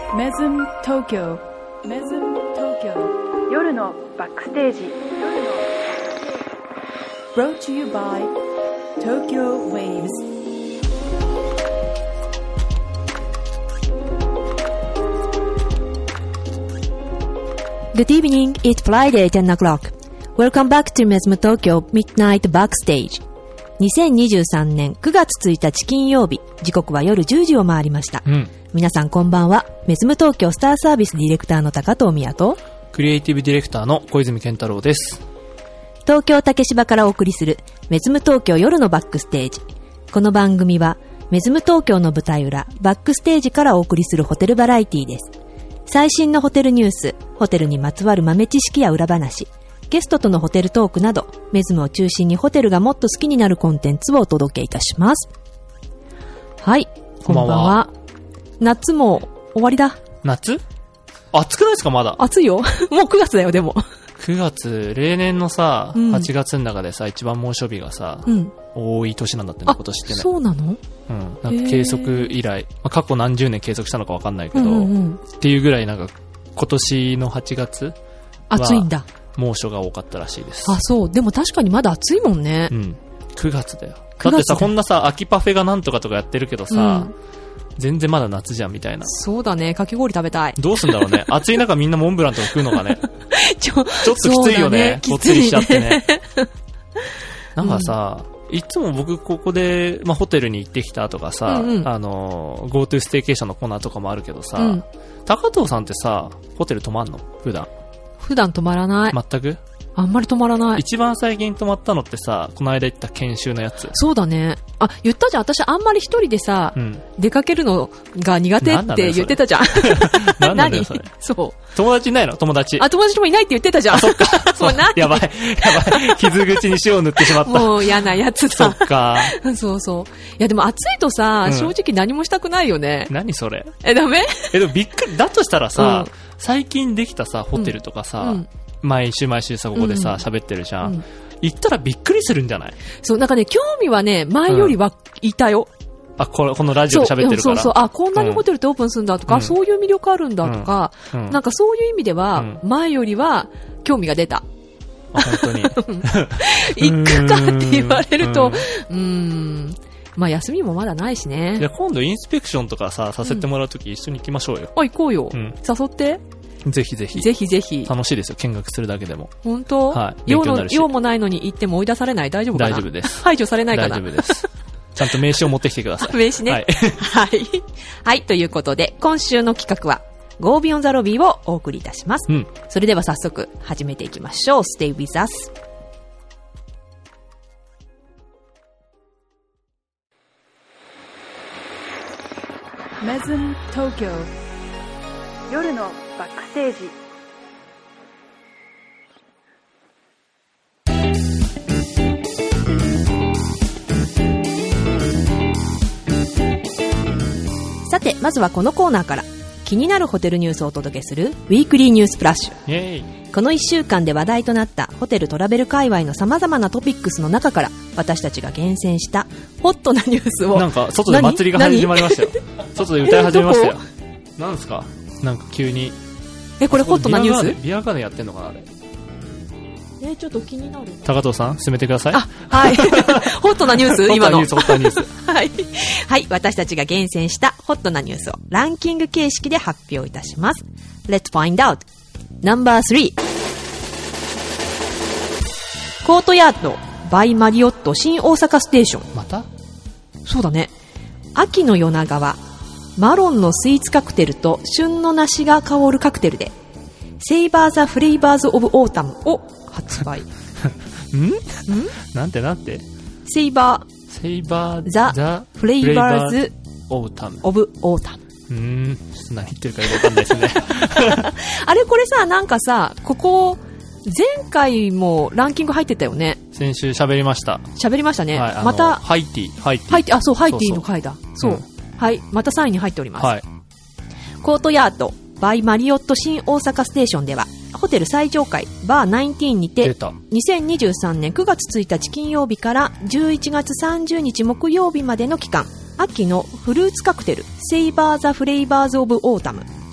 メズム東京夜のバックステージ Brought to you by Tokyo Waves。 Good evening, it's Friday 10 o'clock. Welcome back to Mesm Tokyo Midnight Backstage。 2023年9月1日金曜日、時刻は夜10時を回りました。皆さんこんばんは。メズム東京スターサービスディレクターの高藤宮とクリエイティブディレクターの小泉健太郎です。 東京竹芝からお送りするメズム東京夜のバックステージ。この番組はメズム東京の舞台裏バックステージからお送りするホテルバラエティです。最新のホテルニュース、ホテルにまつわる豆知識や裏話、ゲストとのホテルトークなど、メズムを中心にホテルがもっと好きになるコンテンツをお届けいたします。はい、こんばんは。夏も終わりだ。 夏？暑くないですか？まだ暑いよ。もう9月だよ。でも 9月、例年のさ、8月の中でさ、一番猛暑日がさ、多い年なんだってね、今年ってね。 そうなの？ なんか計測以来、過去何十年計測したのか分かんないけど、っていうぐらいなんか今年の8月暑いんだ。 猛暑が多かったらしいです。 あ、そう。でも確かにまだ暑いもんね。 9月だよ。だってさ、こんなさ、秋パフェがなんとかとかやってるけどさ、全然まだ夏じゃんみたいな。 そうだね。かき氷食べたい。 どうすんだろうね。暑い中みんなモンブランとか食うのかね。ちょっときついよね。 ぽっつりしちゃってね。なんかさ、いつも僕ここで、ホテルに行ってきたとかさ、GoTo ステーケーションのコーナーとかもあるけどさ、高藤さんってさ、ホテル泊まんの？普段泊まらない。 全く？ あんまり泊まらない。 一番最近泊まったのってさ、この間行った研修のやつ。 そうだね。あ、言ったじゃん。私あんまり一人でさ、出かけるのが苦手って言ってたじゃん。 何なんだよそれ。 そう。 友達いないの？友達もいないって言ってたじゃん。 そっか。もう何？やばい。傷口に塩を塗ってしまった。 もう嫌なやつだ。 そっか。 そうそう。いやでも暑いとさ、正直何もしたくないよね。 何それ？ ダメ？ でもびっくり。だとしたらさ、最近できたさ、ホテルとかさ、毎週さ、ここでさ、喋ってるじゃん。行ったらびっくりするんじゃない？ そう、なんかね、興味はね、前よりはいたよ。 あ、このラジオで喋ってるから。 そう、あ、こんなにホテルってオープンするんだとか、そういう魅力あるんだとか、なんかそういう意味では、前よりは興味が出た。 あ、本当に。 行くかって言われると、休みもまだないしね。 いや、今度インスペクションとかさせてもらうとき一緒に行きましょうよ。 行こうよ。誘って。 ぜひぜひ。 ぜひぜひ。 楽しいですよ、見学するだけでも。 本当？ はい。勉強になるし。 用もないのに行っても追い出されない？大丈夫かな？ 大丈夫です。 排除されないかな？ 大丈夫です。ちゃんと名刺を持ってきてください。 名刺ね。はい。はい。はい。ということで、今週の企画は、Go Beyond the Lobby をお送りいたします。それでは早速、始めていきましょう。Stay with us。 メズム東京夜のバックステージ。 さて、まずはこのコーナーから気になるホテルニュースをお届けするウィークリーニュースフラッシュ。この1週間で話題となったホテルトラベル界隈の様々なトピックスの中から私たちが厳選したホットなニュースを。 なんか外で祭りが始まりましたよ。外で歌い始めましたよ。なんですか？なんか急に。 これホットなニュース？ ビアガーデンやってんのかなあれ。 ちょっと気になる。 高藤さん進めてください。 はい。ホットなニュース今の。 ホットなニュース。 はい。はい。私たちが厳選したホットなニュースをランキング形式で発表いたします。Let's find out. No.3 コートヤード by マリオット新大阪ステーション。 また？ そうだね。秋の夜長はマロンのスイーツカクテルと旬の梨が香るカクテルでセイバーザフレイバーズオブオータムを発売。 なんてセイバーザフレイバーズオブタム。 何言ってるかよくわかんないですね。 あれこれさ、なんかさ、ここ前回もランキング入ってたよね。 先週喋りましたね。はい、 またハイティ。 あ、そう、ハイティの回だ。そう。はい、また3位に入っております。はい。コートヤードバイマリオット新大阪ステーションではホテル最上階バー19にて2023年9月1日金曜日から11月30日木曜日までの期間、秋のフルーツカクテルセイバーザフレイバーズオブオータム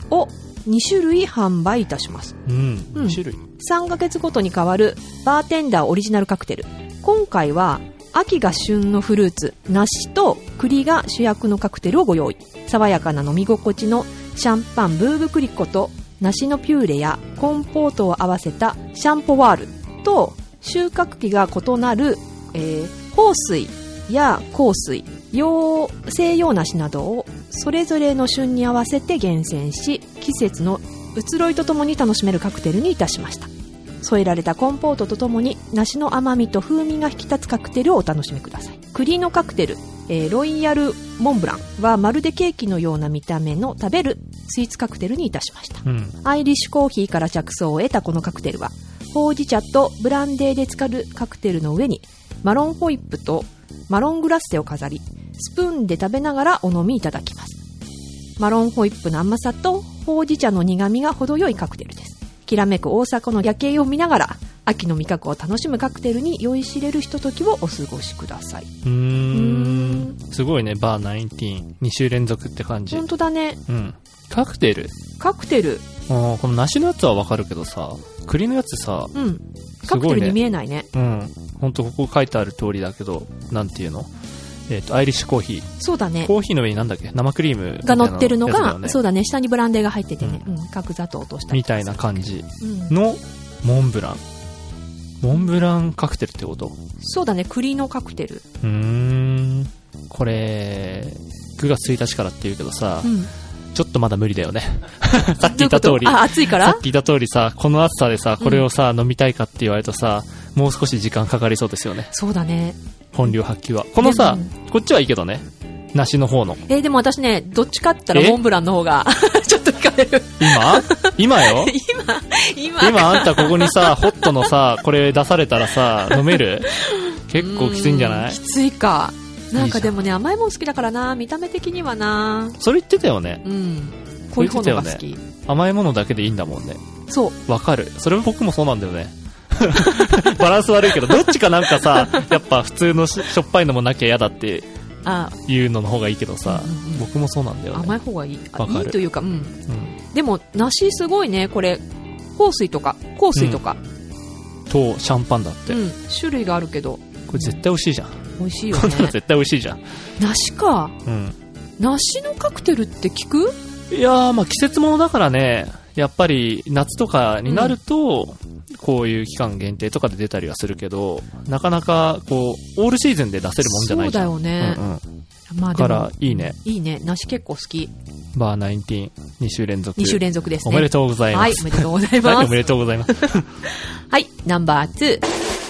を2種類販売いたします。 2種類。 3ヶ月ごとに変わるバーテンダーオリジナルカクテル。今回は秋が旬のフルーツ、梨と栗が主役のカクテルをご用意。爽やかな飲み心地のシャンパンブーブクリコと梨のピューレやコンポートを合わせたシャンポワールと、収穫期が異なる、豊水や香水、西洋梨などをそれぞれの旬に合わせて厳選し、季節の移ろいとともに楽しめるカクテルにいたしました。添えられたコンポートとともに梨の甘みと風味が引き立つカクテルをお楽しみください。栗のカクテル、ロイヤルモンブランはまるでケーキのような見た目の食べるスイーツカクテルにいたしました。アイリッシュコーヒーから着想を得たこのカクテルは、ほうじ茶とブランデーで浸かるカクテルの上にマロンホイップとマロングラッセを飾り、スプーンで食べながらお飲みいただきます。マロンホイップの甘さとほうじ茶の苦みが程よいカクテルです。きらめく大阪の夜景を見ながら秋の味覚を楽しむカクテルに酔いしれるひとときをお過ごしください。 すごいね。バー19、2週連続って感じ。 本当だね。 カクテルこの梨のやつはわかるけどさ、栗のやつさ、 カクテルに見えないね。 本当ここ書いてある通りだけど、なんていうの、アイリッシュコーヒー。 そうだね。 コーヒーの上になんだっけ、生クリームが乗ってるのが、そうだね。下にブランデーが入っててね、角砂糖としたみたいな感じのモンブラン。モンブランカクテルってこと？ そうだね。栗のカクテル。 これ9月1日からって言うけどさ、ちょっとまだ無理だよね。さっき言った通り。 暑いから？ さっき言った通りさ、この暑さでさ、これをさ、飲みたいかって言われるとさ、もう少し時間かかりそうですよね。 そうだね。 本領発揮は。このさ、こっちはいいけどね。梨の方の。 でも私ね、どっちかって言ったらモンブランの方が、ちょっと惹かれる。 今よ今あんたここにさ、ホットのさ、これ出されたらさ、飲める？結構きついんじゃない？ きついか。なんかでもね、甘いもん好きだからな、見た目的にはな。 それ言ってたよね。 こういう方が好き。 甘いものだけでいいんだもんね。 そう。 わかる。それも僕もそうなんだよね。バランス悪いけど、どっちかなんかさ、やっぱ普通のしょっぱいのもなきゃ嫌だっていうのの方がいいけどさ、僕もそうなんだよね。 甘い方がいい。いいというか、でも、梨すごいね、これ、香水とか。と、シャンパンだって。 種類があるけど。 これ絶対美味しいじゃん。 美味しいよね。 こんなの絶対美味しいじゃん。 梨か。梨のカクテルって効く？ いやー、まあ季節物だからね、やっぱり夏とかになると、こういう期間限定とかで出たりはするけど、なかなかこうオールシーズンで出せるもんじゃないじゃん。 そうだよね。 まあでもだからいいね。 いいね。梨結構好き。 バー19、2週連続。 2週連続ですね。 おめでとうございます。 はい、おめでとうございます。 はい、おめでとうございます。 はい、ナンバー2。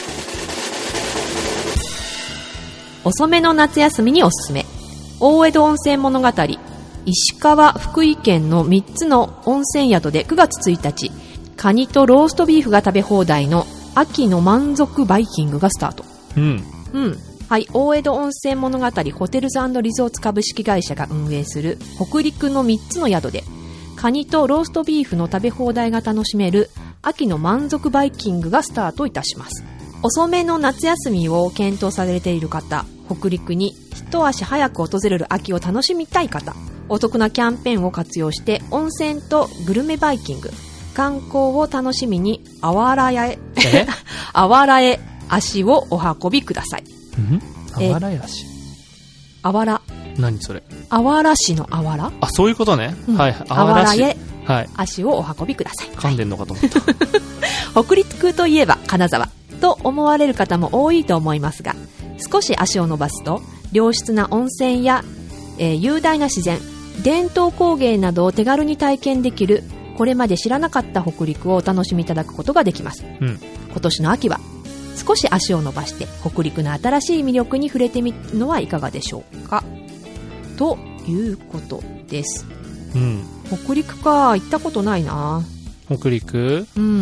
遅めの夏休みにおすすめ。大江戸温泉物語。石川、福井県の3つの温泉宿で9月1日、カニとローストビーフが食べ放題の秋の満足バイキングがスタート。はい、大江戸温泉物語ホテルズ&リゾーツ株式会社が運営する北陸の3つの宿で、カニとローストビーフの食べ放題が楽しめる秋の満足バイキングがスタートいたします。遅めの夏休みを検討されている方、北陸に一足早く訪れる秋を楽しみたい方、お得なキャンペーンを活用して温泉とグルメバイキング、観光を楽しみにあわら屋へあわらへ足をお運びください。 あわらやし。 あわら。 何それ？ あわら市のあわら？ あ、そういうことね。はい。 あわらへはい足をお運びください。 噛んでんのかと思った。 北陸といえば金沢と思われる方も多いと思いますが、少し足を伸ばすと良質な温泉や、雄大な自然、伝統工芸などを手軽に体験できる、これまで知らなかった北陸をお楽しみいただくことができます。今年の秋は少し足を伸ばして北陸の新しい魅力に触れてみるのはいかがでしょうか、ということです。北陸か、行ったことないな。 北陸？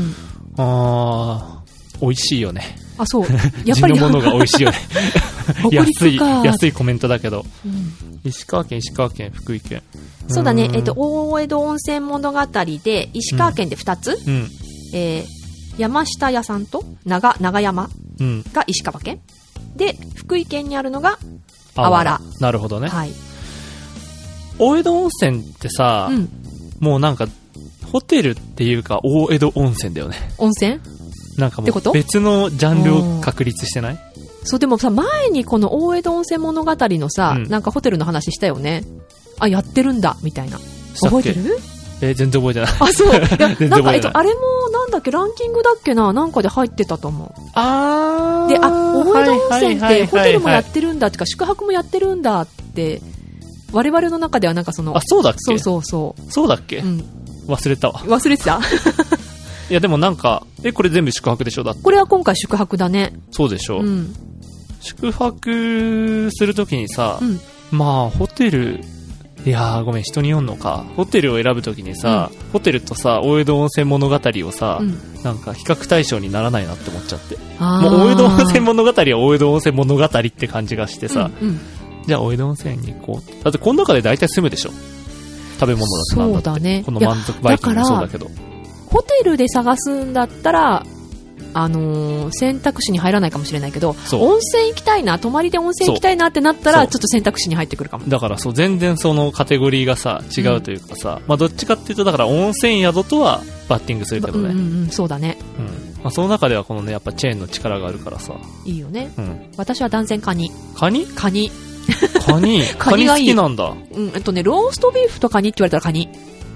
美味しいよね。 あ、そう。やっぱり地のものが美味しいよね。安いコメントだけど。石川県、福井県。 そうだね。大江戸温泉物語で、石川県で2つ。山下屋さんと長山が石川県。で、福井県にあるのが、あわら。 なるほどね。 はい。 大江戸温泉ってさ、 もうなんか、ホテルっていうか、大江戸温泉だよね。 温泉なんかもう別のジャンルを確立してない？ そう、でもさ、前にこの大江戸温泉物語のさ、なんかホテルの話したよね。あ、やってるんだ、みたいな。覚えてる？ 全然覚えてない。 あ、そう。なんか、あれも、なんだっけ、ランキングだっけな、なんかで入ってたと思う。で、大江戸温泉ってホテルもやってるんだってか、宿泊もやってるんだって、我々の中ではなんかその、 あ、そうだっけ？ そう。 そうだっけ？忘れたわ。 忘れてた？ いや、でもなんか、これ全部宿泊でしょ？だって。 これは今回宿泊だね。 そうでしょ。宿泊するときにさ、まあ、ホテル、いやーごめん、人によんのか。ホテルを選ぶときにさ、ホテルとさ、大江戸温泉物語をさ、なんか比較対象にならないなって思っちゃって。もう大江戸温泉物語は大江戸温泉物語って感じがしてさ、じゃあ大江戸温泉に行こう。だってこの中で大体住むでしょ。食べ物だってなんだって。そうだね。この満足バイキングもそうだけど。 ホテルで探すんだったら、選択肢に入らないかもしれないけど、温泉行きたいな、泊まりで温泉行きたいなってなったら、ちょっと選択肢に入ってくるかも。 だからそう、全然そのカテゴリーがさ、違うというかさ、まあどっちかっていうと、だから温泉宿とはバッティングするけどね。 そうだね。 まあその中ではこのね、やっぱチェーンの力があるからさ。 いいよね。私は断然カニ。 カニカニ好きなんだ。 ローストビーフとカニって言われたらカニ。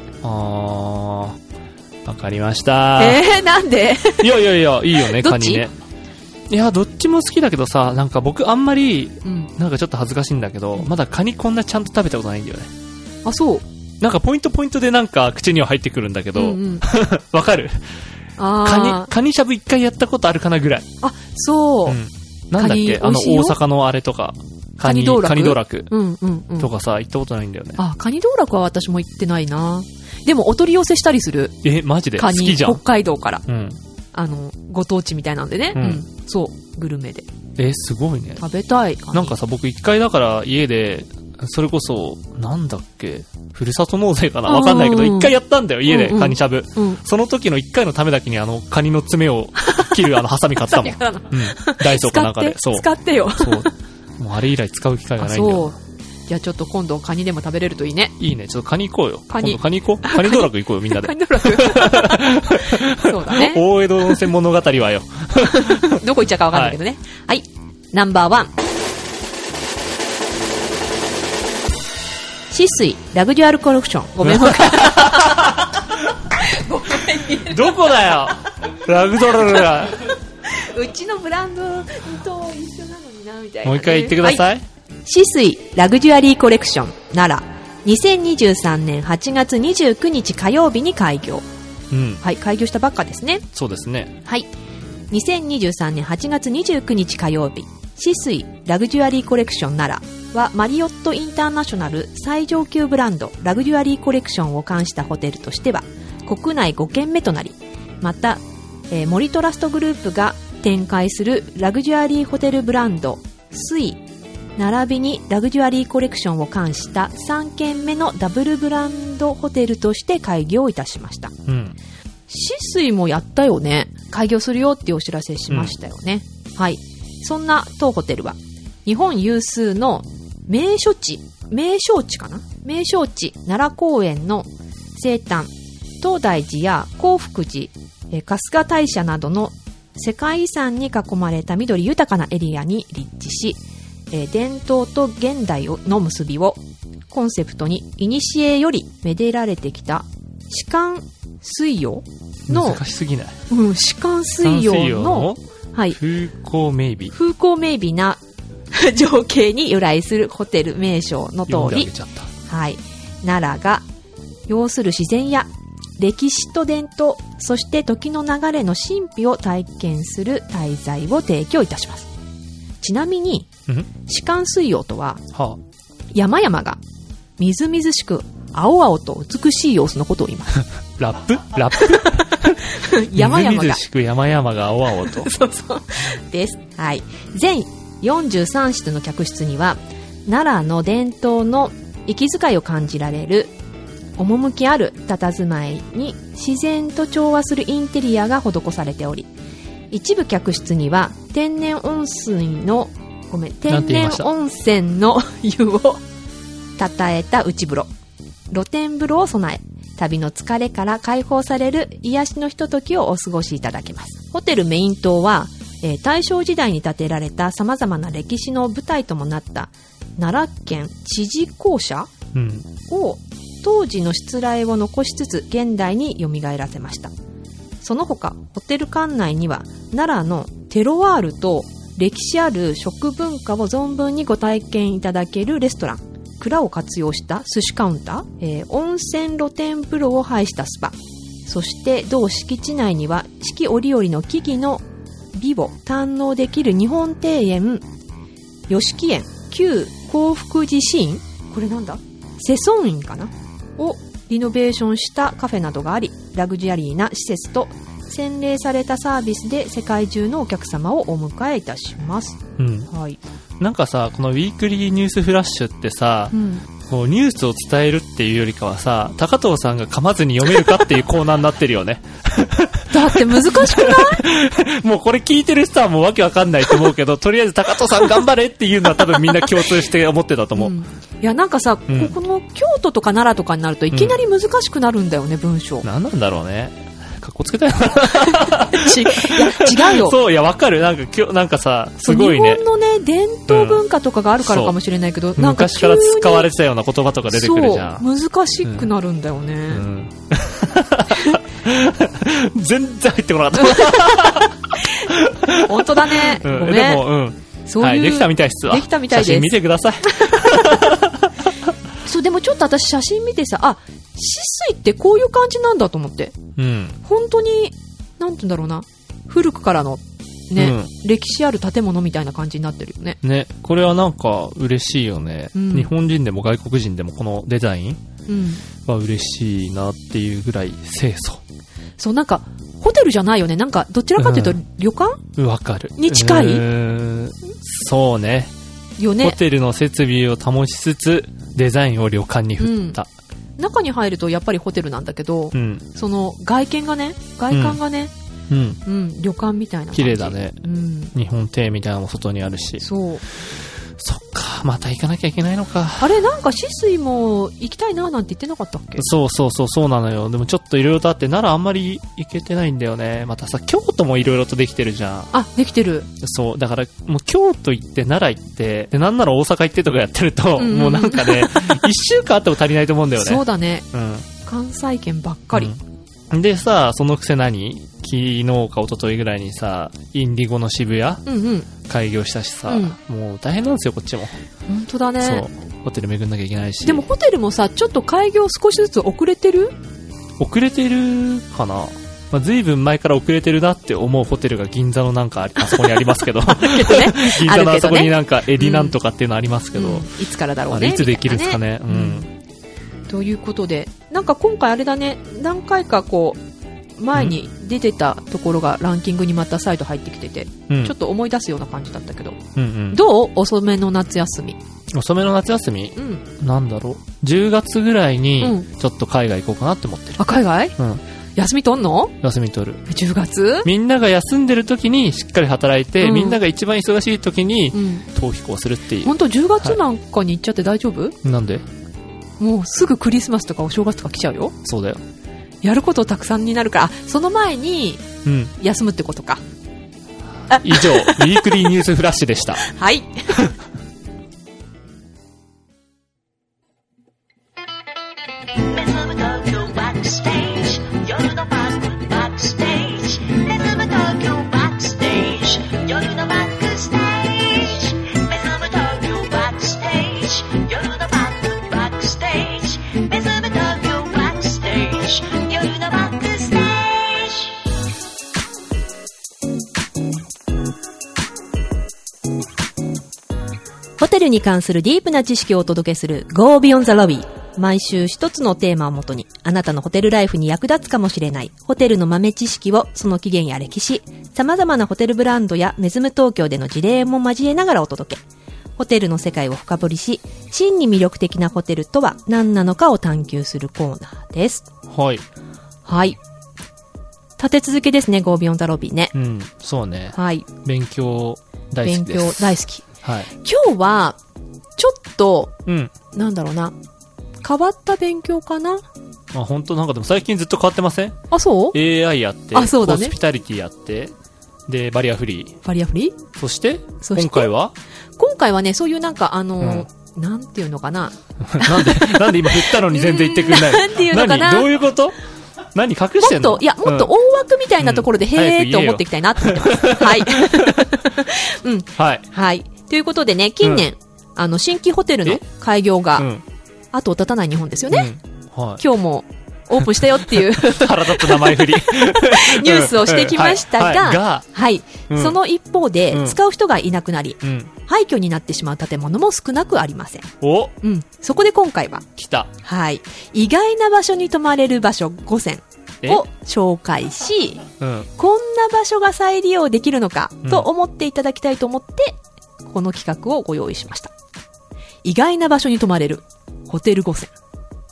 わかりました。 なんで？ いや、いいよね、カニね。いや、どっちも好きだけどさ、なんか僕あんまり、なんかちょっと恥ずかしいんだけど、まだカニこんなちゃんと食べたことないんだよね。 あ、そう。 なんかポイントでなんか口には入ってくるんだけど、わかる？カニしゃぶ一回やったことあるかなぐらい。 あ、そう。 なんだっけ、大阪のあれとか。カニ道楽とかさ、行ったことないんだよね。 あ、カニ道楽は私も行ってないな。でもお取り寄せしたりする。 マジで？ カニ、 好きじゃん。 北海道から。ご当地みたいなんでね。そう、グルメで。 すごいね。 食べたい。 なんかさ、僕一回だから家で、それこそ、なんだっけ、ふるさと納税かなわかんないけど、一回やったんだよ、家で、カニしゃぶ。その時の一回のためだけにカニの爪を切るハサミ買ったもん。ダイソーかなんかで。そう。 使ってよ。 そう。もうあれ以来使う機会がないんだよ。そう。 じゃあちょっと今度カニでも食べれるといいね。 いいね。ちょっとカニ行こうよ。カニ行こう。カニ道楽行こうよ、みんなで。 カニ道楽そうだね。 大江戸温泉物語はよ。 どこ行っちゃうかわかんないけどね。はい。ナンバー1。シスイラグジュアルコレクション。ごめんなさい。 どこだよ。ラグドルが。 うちのブランドと一緒なのになみたいな、 もう一回言ってください。 シスイラグジュアリーコレクション奈良2023年8月29日火曜日に開業。はい、開業したばっかですね。 そうですね。 はい。2023年8月29日火曜日、シスイラグジュアリーコレクション奈良はマリオットインターナショナル最上級ブランドラグジュアリーコレクションを冠したホテルとしては国内5軒目となり、また、森トラストグループが展開するラグジュアリーホテルブランドスイ並びにラグジュアリーコレクションを冠した3軒目のダブルブランドホテルとして開業いたしました。シスイもやったよね。開業するよっていうお知らせしましたよね。はい。そんな当ホテルは日本有数の名勝地奈良公園の西端、東大寺や興福寺、春日大社などの世界遺産に囲まれた緑豊かなエリアに立地し、伝統と現代の結びをコンセプトに古よりめでられてきた士官水曜の難しすぎない？ 士官水曜の、はい、 風光明媚な情景に由来するホテル名称の通り、はい、奈良が要する自然や歴史と伝統、そして時の流れの神秘を体験する滞在を提供いたします。ちなみに士官水曜とは、山々がみずみずしく青々と美しい様子のことを言いますラップ山々がみずみずしく山々が青々とそうです。はい。全43室の客室には奈良の伝統の息遣いを感じられる趣ある佇まいに自然と調和するインテリアが施されており、一部客室には天然温泉の湯をたたえた内風呂、露天風呂を備え、 旅の疲れから解放される癒しのひとときをお過ごしいただけます。ホテルメイン棟は、大正時代に建てられた様々な歴史の舞台ともなった奈良県知事公舎を、当時のしつらえを残しつつ現代に蘇らせました。その他ホテル館内には奈良のテロワールと歴史ある食文化を存分にご体験いただけるレストラン、蔵を活用した寿司カウンター、温泉露天風呂を配したスパ、そして同敷地内には四季折々の木々の美を堪能できる日本庭園、吉木園、旧興福寺寺院、これなんだ、世尊院かなをリノベーションしたカフェなどがあり、ラグジュアリーな施設と洗練されたサービスで世界中のお客様をお迎えいたします。はい。 なんかさ、このウィークリーニュースフラッシュってさ、こうニュースを伝えるっていうよりかはさ、高藤さんが噛まずに読めるかっていうコーナーになってるよね。 だって難しくない？ もうこれ聞いてる人はもうわけわかんないと思うけど、とりあえず高藤さん頑張れっていうのは多分みんな共通して思ってたと思う。 いやなんかさ、この京都とか奈良とかになるといきなり難しくなるんだよね、文章。 なんなんだろうね。かっこつけたよ。 違うよ。 そう、いや、わかる。なんかさ、すごいね。 日本のね、伝統文化とかがあるからかもしれないけど、なんか昔から使われてたような言葉とか出てくるじゃん。 そう、難しくなるんだよね。 全然入ってこなかった。 本当だね。ごめん。 でも、そういう、はい、できたみたいですわ。 できたみたいです。 写真見てください。 そう、でもちょっと私写真見てさ、あ、止水ってこういう感じなんだと思って。本当に、なんて言うんだろうな。古くからの、ね、歴史ある建物みたいな感じになってるよね。ね、 これはなんか嬉しいよね。日本人でも外国人でもこのデザインは嬉しいなっていうぐらい清楚。 そう、なんか、ホテルじゃないよね。なんか、どちらかというと、旅館わかる。 に近いそうね。 よね。 ホテルの設備を保ちつつ、デザインを旅館に振った。 中に入るとやっぱりホテルなんだけど、その外観がね、旅館みたいな感じ。 綺麗だね。日本庭みたいなのも外にあるし。 そう。 そっか、また行かなきゃいけないのか。 あれ、なんか止水も行きたいななんて言ってなかったっけ？ そうなのよ。でもちょっといろいろとあって、奈良あんまり行けてないんだよね。またさ、京都もいろいろとできてるじゃん。 あ、できてる。 そう、だからもう京都行って奈良行って、で、なんなら大阪行ってとかやってると、もうなんかね、一週間あっても足りないと思うんだよね。 そうだね。関西圏ばっかり。 でさ、そのくせ昨日か一昨日ぐらいにさ、インディゴの渋谷、開業したしさ、もう大変なんですよ、こっちも。 本当だね。 そう。ホテル巡んなきゃいけないし。 でもホテルもさ、ちょっと開業少しずつ遅れてるかな。まあ、ずいぶん前から遅れてるなって思うホテルが銀座のなんかあそこにありますけど。銀座のあそこになんかエディなんとかっていうのありますけど。 いつからだろうね。 いつできるんですかね。 ということで、なんか今回あれだね、何回かこう、前に出てたところがランキングにまた再度入ってきてて、ちょっと思い出すような感じだったけど、どう？遅めの夏休み。 遅めの夏休み？なんだろう。10月ぐらいに、ちょっと海外行こうかなって思ってる。 あ、海外？休み取んの？ 休み取る。 10月？ みんなが休んでる時にしっかり働いて、みんなが一番忙しい時に、逃避行するっていう。 本当10月なんかに行っちゃって大丈夫？ なんで？ もうすぐクリスマスとかお正月とか来ちゃうよ。 そうだよ。 やることたくさんになるから、その前に休むってことか。 以上、ウィークリーニュースフラッシュでした。 はい。 ホテルに関するディープな知識をお届けする Go Beyond the Lobby。毎週一つのテーマをもとに、あなたのホテルライフに役立つかもしれないホテルの豆知識を、その起源や歴史、様々なホテルブランドやメズム東京での事例も交えながらお届け。ホテルの世界を深掘りし、真に魅力的なホテルとは何なのかを探求するコーナーです。 はい。 はい。立て続けですね、Go Beyond the Lobby ね。 そうね。 はい。 勉強大好きです。 勉強大好き。 はい。 今日は、ちょっと、なんだろうな、変わった勉強かな？ あ、本当なんかでも最近ずっと変わってません？ あ、そう？ AI やって、 あ、そうだね。 ホスピタリティやって、で、バリアフリー。 バリアフリー？ そして今回はね、 そういうなんかなんていうのかな。 なんで今振ったのに全然言ってくんない。 なんていうのかな。 どういうこと？何隠してんの？ もっと大枠みたいなところで、へーって思っていきたいなって思ってます。はい。うん。はい。はい。ということでね、近年、新規ホテルの開業が、後を絶たない日本ですよね。はい。今日も、オープンしたよっていう腹立つ名前振りニュースをしてきましたが、はい。その一方で、使う人がいなくなり、廃墟になってしまう建物も少なくありません。 お、 うん。そこで今回は、 来た。 はい。意外な場所に泊まれる場所5選を紹介し、こんな場所が再利用できるのかと思っていただきたいと思って、この企画をご用意しました。意外な場所に泊まれるホテル5選。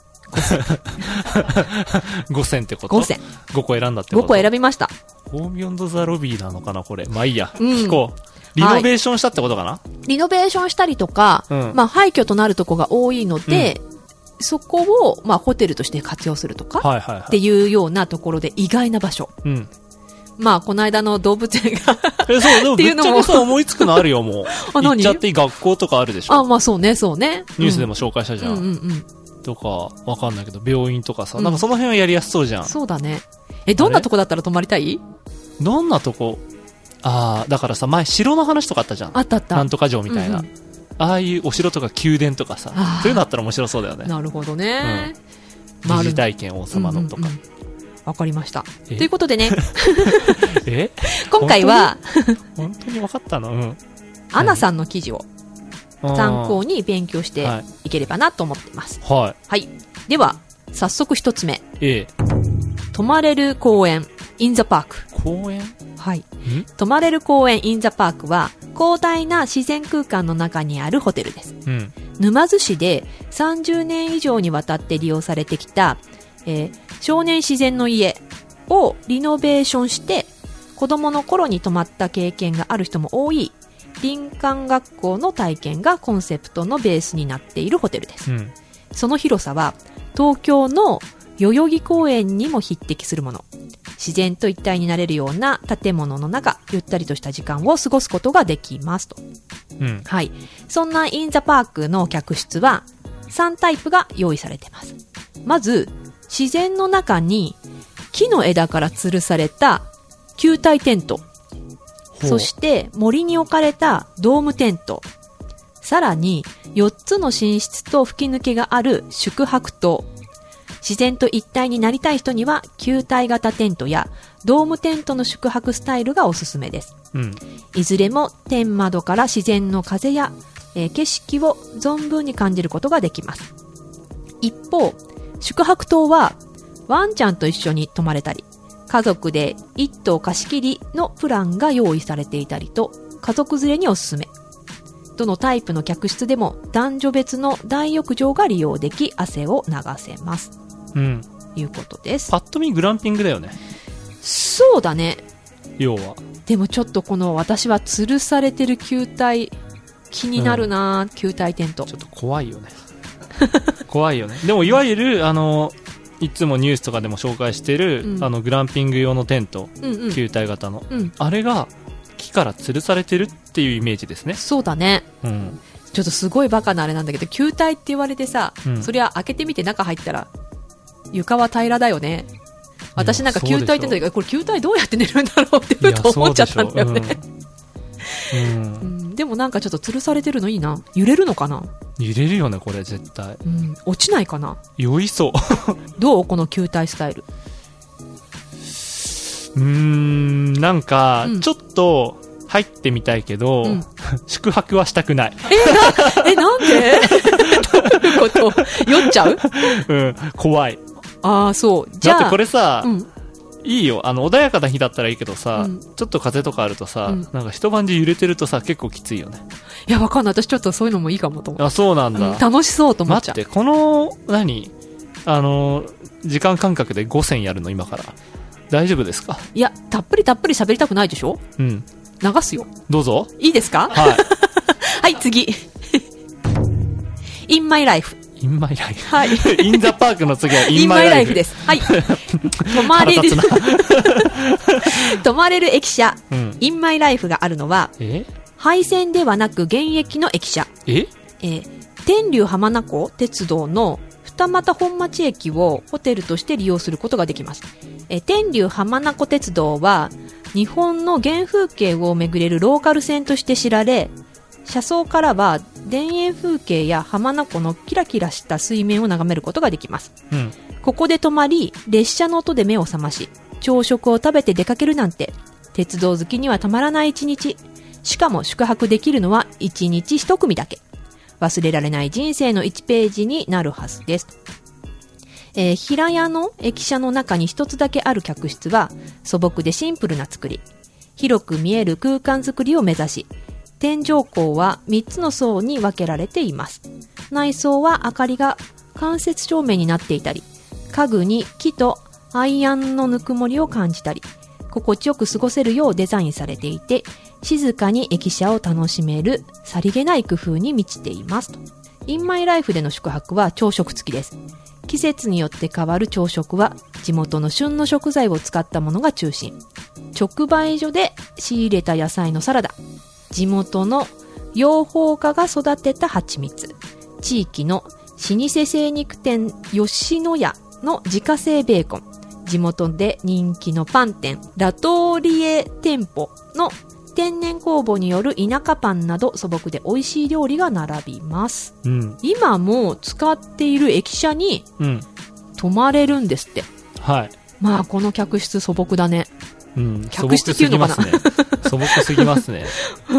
5選ってこと？ 5 選。 5個選んだってこと？ 5個選びました。 ホームビヨンドザロビーなのかなこれ。まあいいや。聞こう。リノベーションしたってことかな？ リノベーションしたりとか、まあ廃墟となるとこが多いので、そこをまあホテルとして活用するとか、っていうようなところで意外な場所。まあこの間の動物園がそうでもめっちゃさ思いつくのあるよもう。行っちゃっていい学校とかあるでしょ。 あ、まあそうねそうね。 ニュースでも紹介したじゃん。とかわかんないけど病院とかさ、なんかその辺はやりやすそうじゃん。 そうだね。どんなとこだったら泊まりたい？ どんなとこ？ああ、だからさ前城の話とかあったじゃん。 あったあった。 なんとか城みたいな。ああいうお城とか宮殿とかさ、そういうのあったら面白そうだよね。 なるほどね。 疑似体験王様のとか。 わかりました。ということでね。今回は本当にわかったの？ アナさんの記事を参考に勉強していければなと思っています。 はい。 はい。では、早速一つ目。 泊まれる公園、インザパーク。 公園？ はい。泊まれる公園、インザパークは、広大な自然空間の中にあるホテルです。沼津市で30年以上にわたって利用されてきた、少年自然の家をリノベーションして、子供の頃に泊まった経験がある人も多い、林間学校の体験がコンセプトのベースになっているホテルです。その広さは、東京の代々木公園にも匹敵するもの。自然と一体になれるような建物の中、ゆったりとした時間を過ごすことができますと。はい。そんなインザパークの客室は3タイプが用意されています。まず、自然の中に木の枝から吊るされた球体テント。そして森に置かれたドームテント。さらに4つの寝室と吹き抜けがある宿泊棟。自然と一体になりたい人には球体型テントやドームテントの宿泊スタイルがおすすめです。いずれも天窓から自然の風や、景色を存分に感じることができます。一方、宿泊棟はワンちゃんと一緒に泊まれたり、家族で一棟貸し切りのプランが用意されていたりと、家族連れにおすすめ。どのタイプの客室でも男女別の大浴場が利用でき、汗を流せます。いうことです。 パッと見グランピングだよね。 そうだね。 要は。 でもちょっとこの私は吊るされてる球体気になるな、球体テント。 ちょっと怖いよね。怖いよね。でもいわゆるいつもニュースとかでも紹介してる、グランピング用のテント、球体型の、あれが木から吊るされてるっていうイメージですね。 そうだね。ちょっとすごいバカなあれなんだけど、球体って言われてさ、そりゃ開けてみて中入ったら床は平らだよね。私なんか球体テントでこれ球体どうやって寝るんだろうってふと思っちゃったんだよね。でもなんかちょっと吊るされてるのいいな。揺れるのかな？ 揺れるよねこれ絶対。 落ちないかな？ 酔いそう。 どうこの球体スタイル？ なんか、ちょっと入ってみたいけど、宿泊はしたくない。 なんで？どういうこと？酔っちゃう？ 怖い。 ああ、そう。じゃあ。 だってこれさ、いいよ。穏やかな日だったらいいけどさ、ちょっと風とかあるとさ、なんか一晩中揺れてるとさ、結構きついよね。 いや、わかんない。私ちょっとそういうのもいいかもと思う。 あ、そうなんだ。 楽しそうと思っちゃう。 待って、この、時間感覚で5選やるの今から。大丈夫ですか？ いや、たっぷり喋りたくないでしょ？流すよ。 どうぞ。 いいですか？はい。はい、次。In My Life。 インマイライフ。 はい。 インザパークの次はインマイライフです。はい。泊まれる駅舎、インマイライフがあるのは、廃線ではなく現役の駅舎。天竜浜名湖鉄道の二俣本町駅をホテルとして利用することができます。天竜浜名湖鉄道は日本の原風景を巡れるローカル線として知られ、車窓からは田園風景や浜名湖のキラキラした水面を眺めることができます、ここで泊まり、列車の音で目を覚まし、朝食を食べて出かけるなんて鉄道好きにはたまらない一日。しかも宿泊できるのは1日1組だけ。忘れられない人生の1ページになるはずです。平屋の駅舎の中に一つだけある客室は素朴でシンプルな作り。広く見える空間作りを目指し、天井高は3つの層に分けられています。内装は明かりが間接照明になっていたり、家具に木とアイアンのぬくもりを感じたり、心地よく過ごせるようデザインされていて、静かに駅舎を楽しめるさりげない工夫に満ちていますと。インマイライフでの宿泊は朝食付きです。季節によって変わる朝食は地元の旬の食材を使ったものが中心。直売所で仕入れた野菜のサラダ、地元の養蜂家が育てた蜂蜜、地域の老舗精肉店吉野家の自家製ベーコン、地元で人気のパン店ラトリエ店舗の天然酵母による田舎パンなど素朴で美味しい料理が並びます、今も使っている駅舎に泊まれるんですって、まあこの客室素朴だね、客室っていうのかな、 素朴すぎますね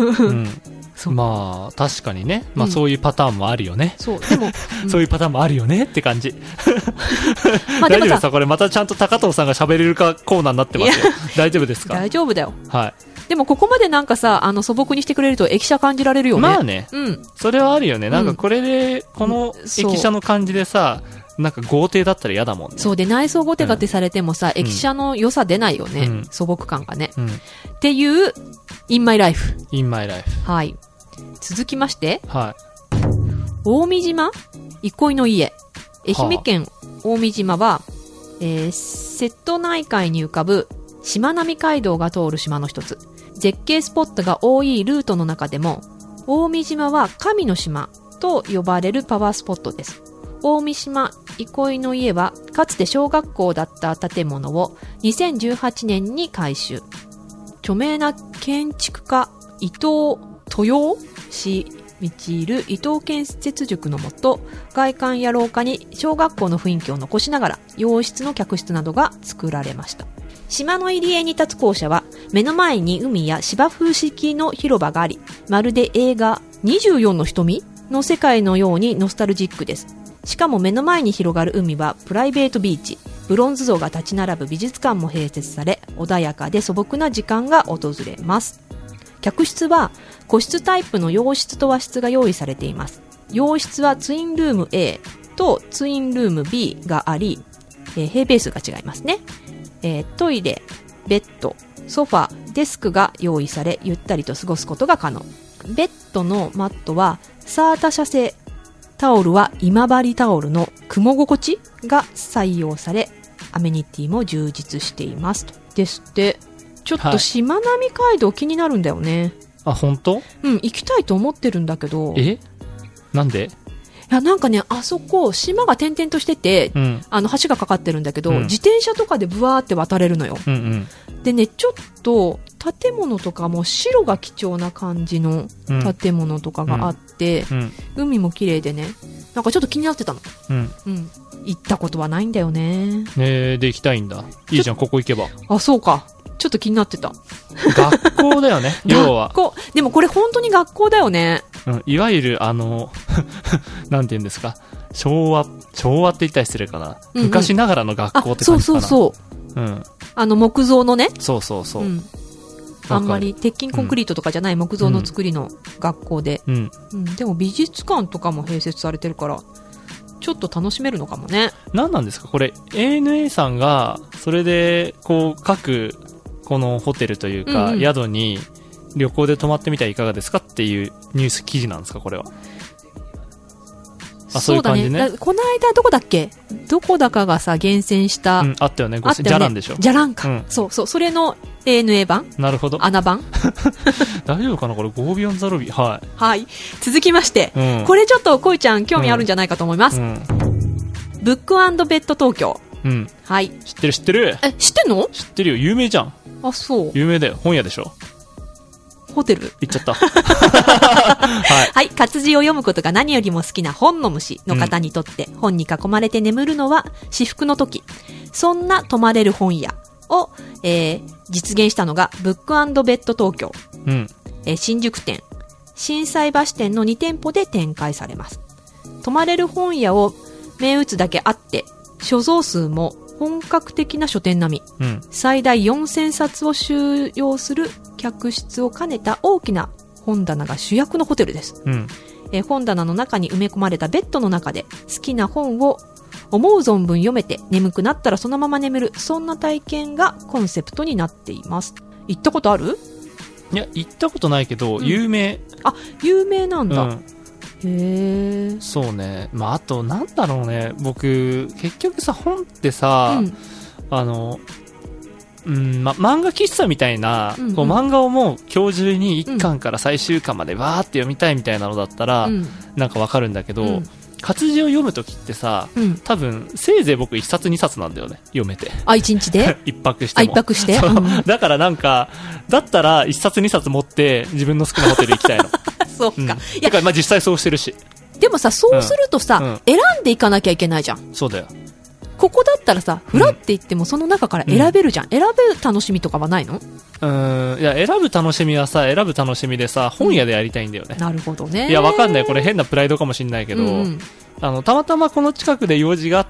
まあ確かにね、そういうパターンもあるよね。そうでも、そういうパターンもあるよねって感じ。大丈夫ですか、これまたちゃんと高藤さんが喋れるかコーナーになってますよ。大丈夫ですか？ 大丈夫だよ。でもここまでなんかさ、素朴にしてくれると駅舎感じられるよね。 まあね、それはあるよね。なんかこれでこの駅舎の感じでさ、なんか豪邸だったら嫌だもんね。 そうで、内装豪邸ってされてもさ、駅舎の良さ出ないよね、素朴感がね、っていうインマイライフ。 インマイライフ。 はい。続きまして、大三島憩いの家。愛媛県大三島は、瀬戸内海に浮かぶしまなみ海道が通る島の一つ。絶景スポットが多いルートの中でも、大三島は神の島と呼ばれるパワースポットです。大三島憩いの家はかつて小学校だった建物を2018年に改修。著名な建築家伊藤豊氏率いる伊藤建設塾のもと、外観や廊下に小学校の雰囲気を残しながら洋室の客室などが作られました。島の入り江に立つ校舎は目の前に海や芝生式の広場があり、まるで映画24の瞳の世界のようにノスタルジックです。しかも目の前に広がる海はプライベートビーチ、ブロンズ像が立ち並ぶ美術館も併設され、穏やかで素朴な時間が訪れます。客室は個室タイプの洋室と和室が用意されています。洋室はツインルーム A とツインルーム B があり、平米数が違いますね。トイレ、ベッド、ソファ、デスクが用意され、ゆったりと過ごすことが可能。ベッドのマットはサータ社製、タオルは今治タオルの雲心地が採用され、アメニティも充実していますですって。ちょっとしまなみ海道気になるんだよね。 あ、本当？ 行きたいと思ってるんだけど。 なんで？ いや、なんかね、あそこ島が点々としてて、橋がかかってるんだけど、自転車とかでブワーって渡れるのよ、でね、ちょっと建物とかも白が貴重な感じの建物とかがあって、海も綺麗でね、なんかちょっと気になってたの。行ったことはないんだよね。 で行きたいんだ。いいじゃん、ここ行けば。 あ、そうか。ちょっと気になってた。 学校だよね、要は。 学校。でもこれ本当に学校だよね。 いわゆるなんて言うんですか、昭和って言ったら失礼かな、昔ながらの学校って感じかな。そう、 木造のね。 そう、 あんまり鉄筋コンクリートとかじゃない木造の作りの学校で、でも美術館とかも併設されてるからちょっと楽しめるのかもね。 何なんですかこれ、 ANA さんがそれでこう各このホテルというか、宿に旅行で泊まってみてはいかがですかっていうニュース記事なんですかこれは。 あ、そういう感じね。 そうだね。この間どこだっけ？どこだかがさ、厳選した。 あったよね。じゃらんでしょ。 じゃらんか。そうそう。それの ANA 版？ なるほど。 穴版？ 大丈夫かなこれ、ゴービオンザロビー。はい。 はい。続きまして、これちょっとこいちゃん興味あるんじゃないかと思います。ブック&ベッド東京。はい。 知ってる知ってる。 知ってんの？ 知ってるよ。有名じゃん。 あ、そう。 有名だよ。本屋でしょ。 ホテル。 行っちゃった。はい。 はい。活字を読むことが何よりも好きな本の虫の方にとって、本に囲まれて眠るのは至福の時。そんな泊まれる本屋を、実現したのがブック&ベッド東京。新宿店、心斎橋店の2店舗で展開されます。泊まれる本屋を銘打つだけあって、所蔵数も本格的な書店並み、最大4000冊を収容する客室を兼ねた大きな本棚が主役のホテルです。本棚の中に埋め込まれたベッドの中で好きな本を思う存分読めて、眠くなったらそのまま眠る、そんな体験がコンセプトになっています。行ったことある？ いや、行ったことないけど、有名。 あ、有名なんだ。へー。 そうね。まあ、あと、なんだろうね。僕、結局さ、本ってさ、漫画喫茶みたいな、こう漫画をもう今日中に1巻から最終巻までわーって読みたいみたいなのだったら、なんかわかるんだけど、活字を読むときってさ、多分せいぜい僕1冊2冊なんだよね、読めて。 あ、1日で 1泊しても。 1泊して、 だからなんか、だったら1冊2冊持って自分の好きなホテル行きたいの。 そうか。 いや、まあ実際そうしてるし。 でもさ、そうするとさ、選んでいかなきゃいけないじゃん。 そうだよ。 ここだったらさ、フラって言ってもその中から選べるじゃん。選べる楽しみとかはないの？ いや、選ぶ楽しみはさ、選ぶ楽しみでさ、本屋でやりたいんだよね。 なるほどね。 いや、わかんない。これ変なプライドかもしんないけど、たまたまこの近くで用事があって、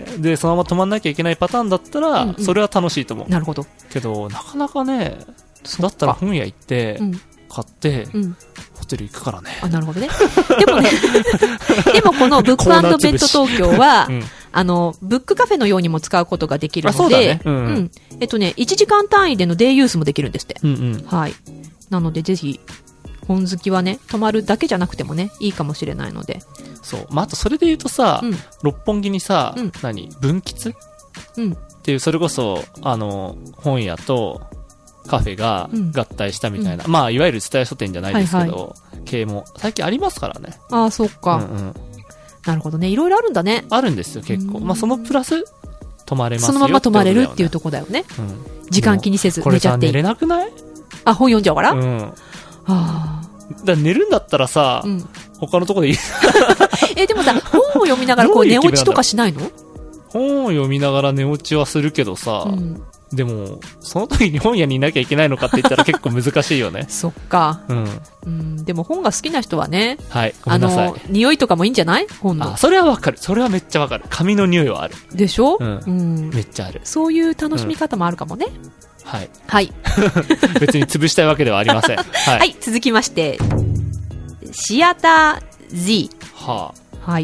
で、そのまま泊まんなきゃいけないパターンだったら、それは楽しいと思う。 なるほど。 けど、なかなかね、だったら本屋行って、買って、ホテル行くからね。 あ、なるほどね。でもね、でもこのブック&ベッド東京は、ブックカフェのようにも使うことができるので、1時間単位でのデイユースもできるんですって。はい。なのでぜひ、本好きはね、泊まるだけじゃなくてもね、いいかもしれないので。 そう。まあ、あとそれで言うとさ、六本木にさ、文吉っていう、それこそ、本屋と、カフェが合体したみたいな、まあいわゆる蔦屋書店じゃないですけど、系も最近ありますからね。 ああ、そっか、なるほどね。いろいろあるんだね。 あるんですよ、結構。まあそのプラス泊まれますよ、 そのまま泊まれるっていうとこだよね。時間気にせず寝ちゃっていい。 これさ、寝れなくない？ あ、本読んじゃうから。 だ寝るんだったらさ、他のとこでいい。 でもさ、本を読みながらこう寝落ちとかしないの？ 本を読みながら寝落ちはするけどさ、でも、その時に本屋にいなきゃいけないのかって言ったら結構難しいよね。 そっか。でも本が好きな人はね。 はい、ごめんなさい。 匂いとかもいいんじゃない？本の。 それはわかる。それはめっちゃわかる。紙の匂いはある。 でしょ？ めっちゃある。 そういう楽しみ方もあるかもね。 はい。 はい。 別に潰したいわけではありません。 はい、続きまして、シアター Z。 はい。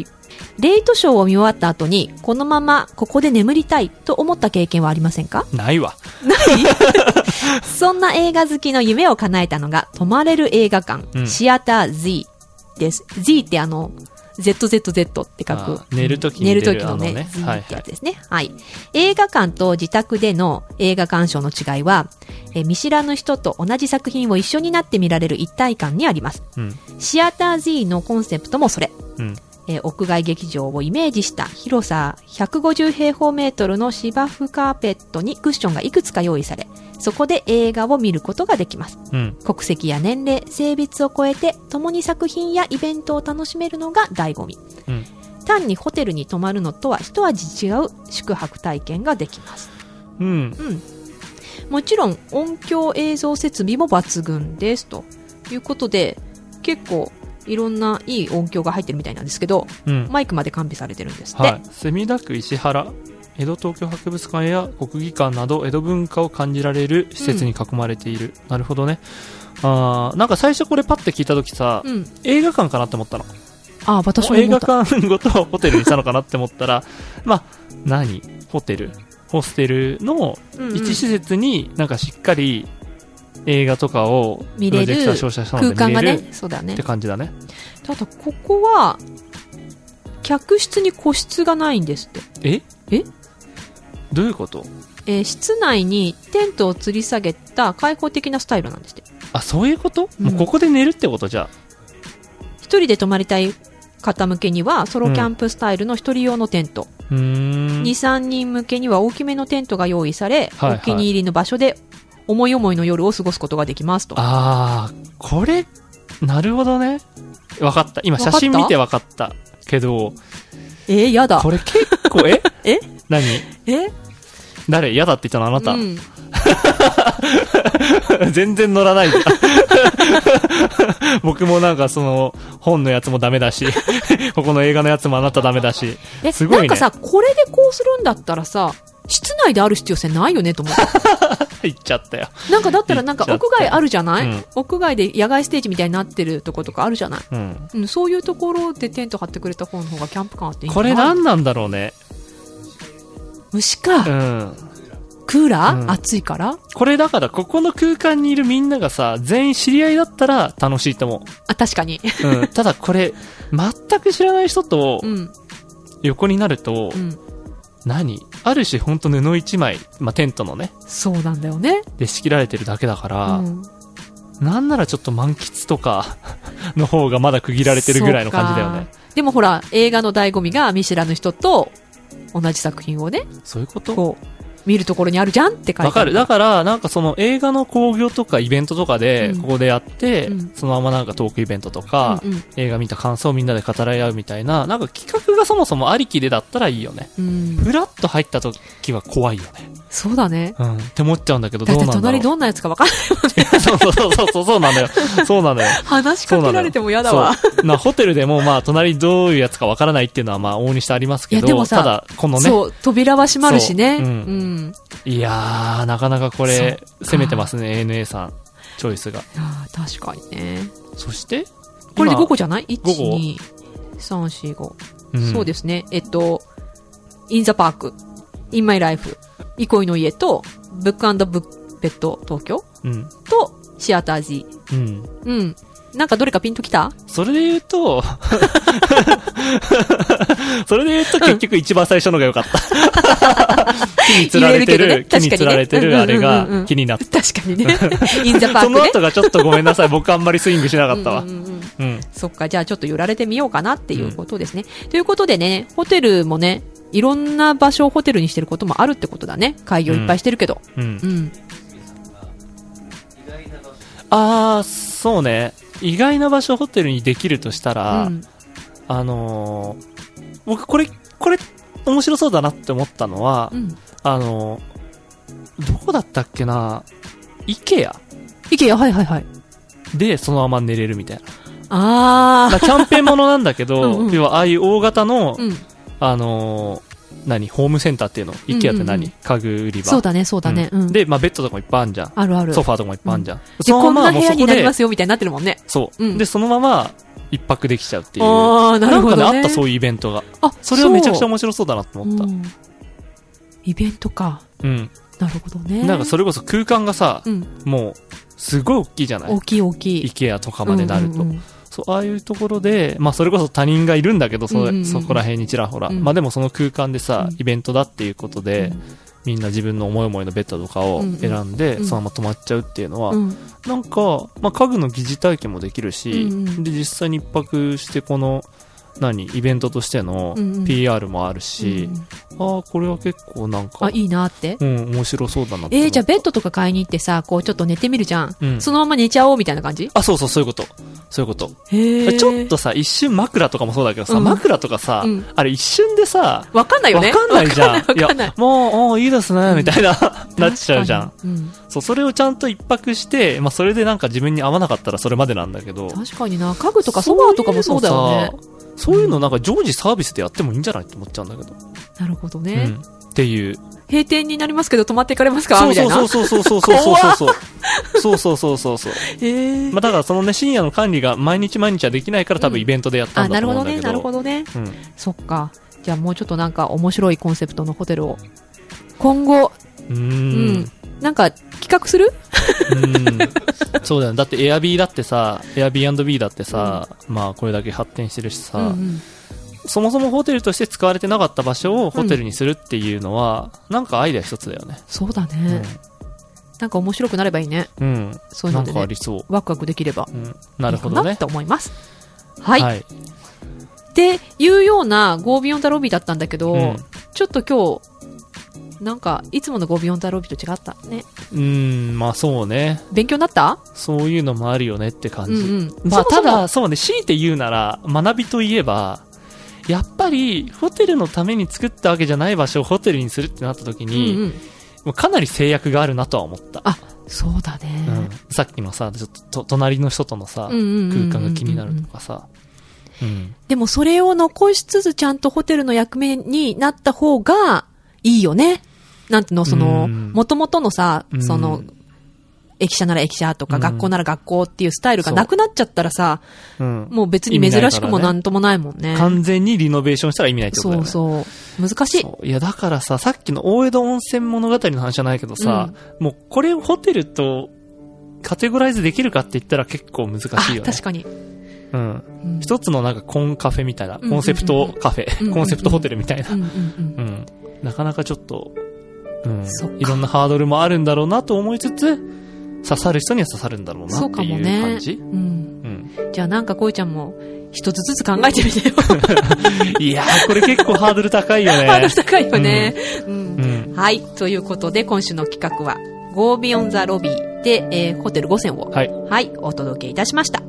レイトショーを見終わった後に、このままここで眠りたいと思った経験はありませんか？ ないわ。 ないそんな映画好きの夢を叶えたのが、泊まれる映画館、シアター Z です。Z って ZZZ って書く。 寝るときのね、Z ってやつですね。はい。映画館と自宅での映画鑑賞の違いは、見知らぬ人と同じ作品を一緒になって見られる一体感にあります。シアター Z のコンセプトもそれ。屋外劇場をイメージした広さ150平方メートルの芝生カーペットにクッションがいくつか用意され、そこで映画を見ることができます。国籍や年齢、性別を超えて共に作品やイベントを楽しめるのが醍醐味。単にホテルに泊まるのとは一味違う宿泊体験ができます。もちろん音響映像設備も抜群ですということで、結構いろんないい音響が入ってるみたいなんですけど、マイクまで完備されてるんですって。 墨田区石原、江戸東京博物館や国技館など江戸文化を感じられる施設に囲まれている。なるほどね。なんか最初これパッて聞いた時さ、映画館かなって思ったの。 私も思った。 映画館ごとホテルにしたのかなって思ったら、まあ、ホステルの一施設になんかしっかり映画とかを見れる空間がね、そうだねって感じだね。 ただここは客室に個室がないんですって。 どういうこと？ 室内にテントを吊り下げた開放的なスタイルなんですって。 あ、そういうこと？もうここで寝るってことじゃあ。 一人で泊まりたい方向けにはソロキャンプスタイルの一人用のテント、2、3人向けには大きめのテントが用意され、はいはい、お気に入りの場所で思い思いの夜を過ごすことができますと。 あー、これなるほどね。分かった。今写真見て分かったけど、 やだ。 これ結構何？誰？やだって言ったのあなた、全然乗らない僕もなんかその本のやつもダメだしここの映画のやつもあなたダメだし、すごいね。なんかさ、これでこうするんだったらさ、室内である必要性ないよねと思って言っちゃったよ。 なんかだったらなんか屋外あるじゃない、屋外で野外ステージみたいになってるとことかあるじゃない、そういうところでテント張ってくれた方の方がキャンプ感あっていいんじゃない？ これ何なんだろうね。 虫か、クーラー、暑いから。 これだからここの空間にいるみんながさ、全員知り合いだったら楽しいと思う。 あ、確かに、 ただこれ全く知らない人と横になると、ある種ほんと布一枚、テントのね、 そうなんだよね、 で仕切られてるだけだから、なんならちょっと満喫とかの方がまだ区切られてるぐらいの感じだよね。 でもほら、映画の醍醐味が見知らぬ人と同じ作品をね、 そういうことこう見るところにあるじゃんって書いてある。 わかる。だからなんかその映画の興行とかイベントとかでここでやって、そのままなんかトークイベントとか、映画見た感想をみんなで語らい合うみたいな、なんか企画がそもそもありきでだったらいいよね。フラッと入った時は怖いよね。 そうだね。 って思っちゃうんだけど、どうなんだろう。 だって隣どんなやつかわかんないもんね。 そうなんだよ。そうなんだよ。 話しかけられても嫌だわ。 ホテルでも隣どういうやつかわからないっていうのは往々にしてありますけど、でもさ、ただこのね、 そう扉は閉まるしね。 いやー、なかなかこれ攻めてますね、ANA さんチョイスが。 確かにね。 そしてこれで5個じゃない？ 1、2、3、4、5。そうですね。インザパーク、インマイライフ、憩いの家と、ブック&ブッベッド東京、と、シアター G。なんかどれかピンときた？ それで言うと結局一番最初のが良かった。木に釣られてる、木に釣られてるあれが気になった。 確かにね。インザパークね。 その後がちょっとごめんなさい。僕あんまりスイングしなかったわ。 そっか、じゃあちょっと寄られてみようかなっていうことですね。ということでね、ホテルもね、いろんな場所をホテルにしてることもあるってことだね。会議をいっぱいしてるけど。 そうね。意外な場所ホテルにできるとしたら、僕これ面白そうだなって思ったのは、どこだったっけな、IKEA、 はい。 でそのまま寝れるみたいな。キャンペーンものなんだけど、要はああいう大型の、ホームセンターっていうの、IKEA って何、家具売り場。 そうだね。 で、ベッドとかもいっぱいあるじゃん。 ある。 ソファーとかもいっぱいあるじゃん。 そのままもうそこでこんな部屋になりますよみたいになってるもんね。 そう。で、そのまま一泊できちゃうっていう。 なるほどね。 なんかね、あったそういうイベントが。それはめちゃくちゃ面白そうだなと思った。 イベントか。なるほどね。 なんかそれこそ空間がさ、もう、すごい大きいじゃない？ 大きい。 IKEA とかまでなると。ああいうところで、それこそ他人がいるんだけど、そこら辺にちらほら。でもその空間でさ、イベントだっていうことで、みんな自分の思い思いのベッドとかを選んで、そのまま泊まっちゃうっていうのは、なんか、家具の疑似体験もできるし、で、実際に一泊してこの、イベントとしての PR もあるし、これは結構なんか、 いいなって。 面白そうだなって。 じゃあベッドとか買いに行ってさ、こうちょっと寝てみるじゃん。そのまま寝ちゃおうみたいな感じ？ そういうこと。ちょっとさ、一瞬枕とかもそうだけどさ、枕とかさ、あれ一瞬でさ、 わかんないよね。 わかんないじゃん。いや、もういいですね、みたいな、なっちゃうじゃん。それをちゃんと一泊して、それでなんか自分に合わなかったらそれまでなんだけど。 確かにな、家具とかソファーとかもそうだよね。 そういうのなんか常時サービスでやってもいいんじゃないって思っちゃうんだけど。 なるほどね。 っていう。 閉店になりますけど泊まっていかれますかみたいな。 そう。だからそのね、深夜の管理が毎日はできないから多分イベントでやったんだと思うんだけど。 なるほどね。そっか。じゃあもうちょっとなんか面白いコンセプトのホテルを今後、なんか企画する？ そうだよね。だってエアビーだってさ、エアビー&ビーだってさ、これだけ発展してるしさ、 そもそもホテルとして使われてなかった場所をホテルにするっていうのは、なんかアイデア一つだよね。 そうだね。なんか面白くなればいいね。そういうのでね。 なんかありそう。 ワクワクできれば。 なるほどね。 いいかなと思います。はい。っていうようなGo Beyond the Lobbyだったんだけど、ちょっと今日、なんか、いつものGo Beyond the Lobby と違ったね。 まあそうね。 勉強になった？ そういうのもあるよねって感じ。まあただ、そうね、強いて言うなら、学びといえば、やっぱり、ホテルのために作ったわけじゃない場所をホテルにするってなった時に、もうかなり制約があるなとは思った。 あ、そうだね。 さっきのさ、ちょっと隣の人とのさ、空間が気になるとかさ。 でもそれを残しつつちゃんとホテルの役目になった方がいいよね。なんての、元々のさ、駅舎なら駅舎とか、学校なら学校っていうスタイルがなくなっちゃったらさ、もう別に珍しくもなんともないもんね。 完全にリノベーションしたら意味ないってことだよね。 そう。難しい。 いや、だからさ、さっきの大江戸温泉物語の話じゃないけどさ、もうこれをホテルとカテゴライズできるかって言ったら結構難しいよね。 確かに。 一つのなんかコンカフェみたいな、コンセプトカフェ、コンセプトホテルみたいな。なかなかちょっと、いろんなハードルもあるんだろうなと思いつつ、刺さる人には刺さるんだろうなっていう感じ。 じゃあなんかこいちゃんも一つずつ考えてみてよ。 いやー、これ結構ハードル高いよね。 ハードル高いよね。はい。ということで今週の企画は Go Beyond the Lobby で、ホテル5選を、はい、お届けいたしました。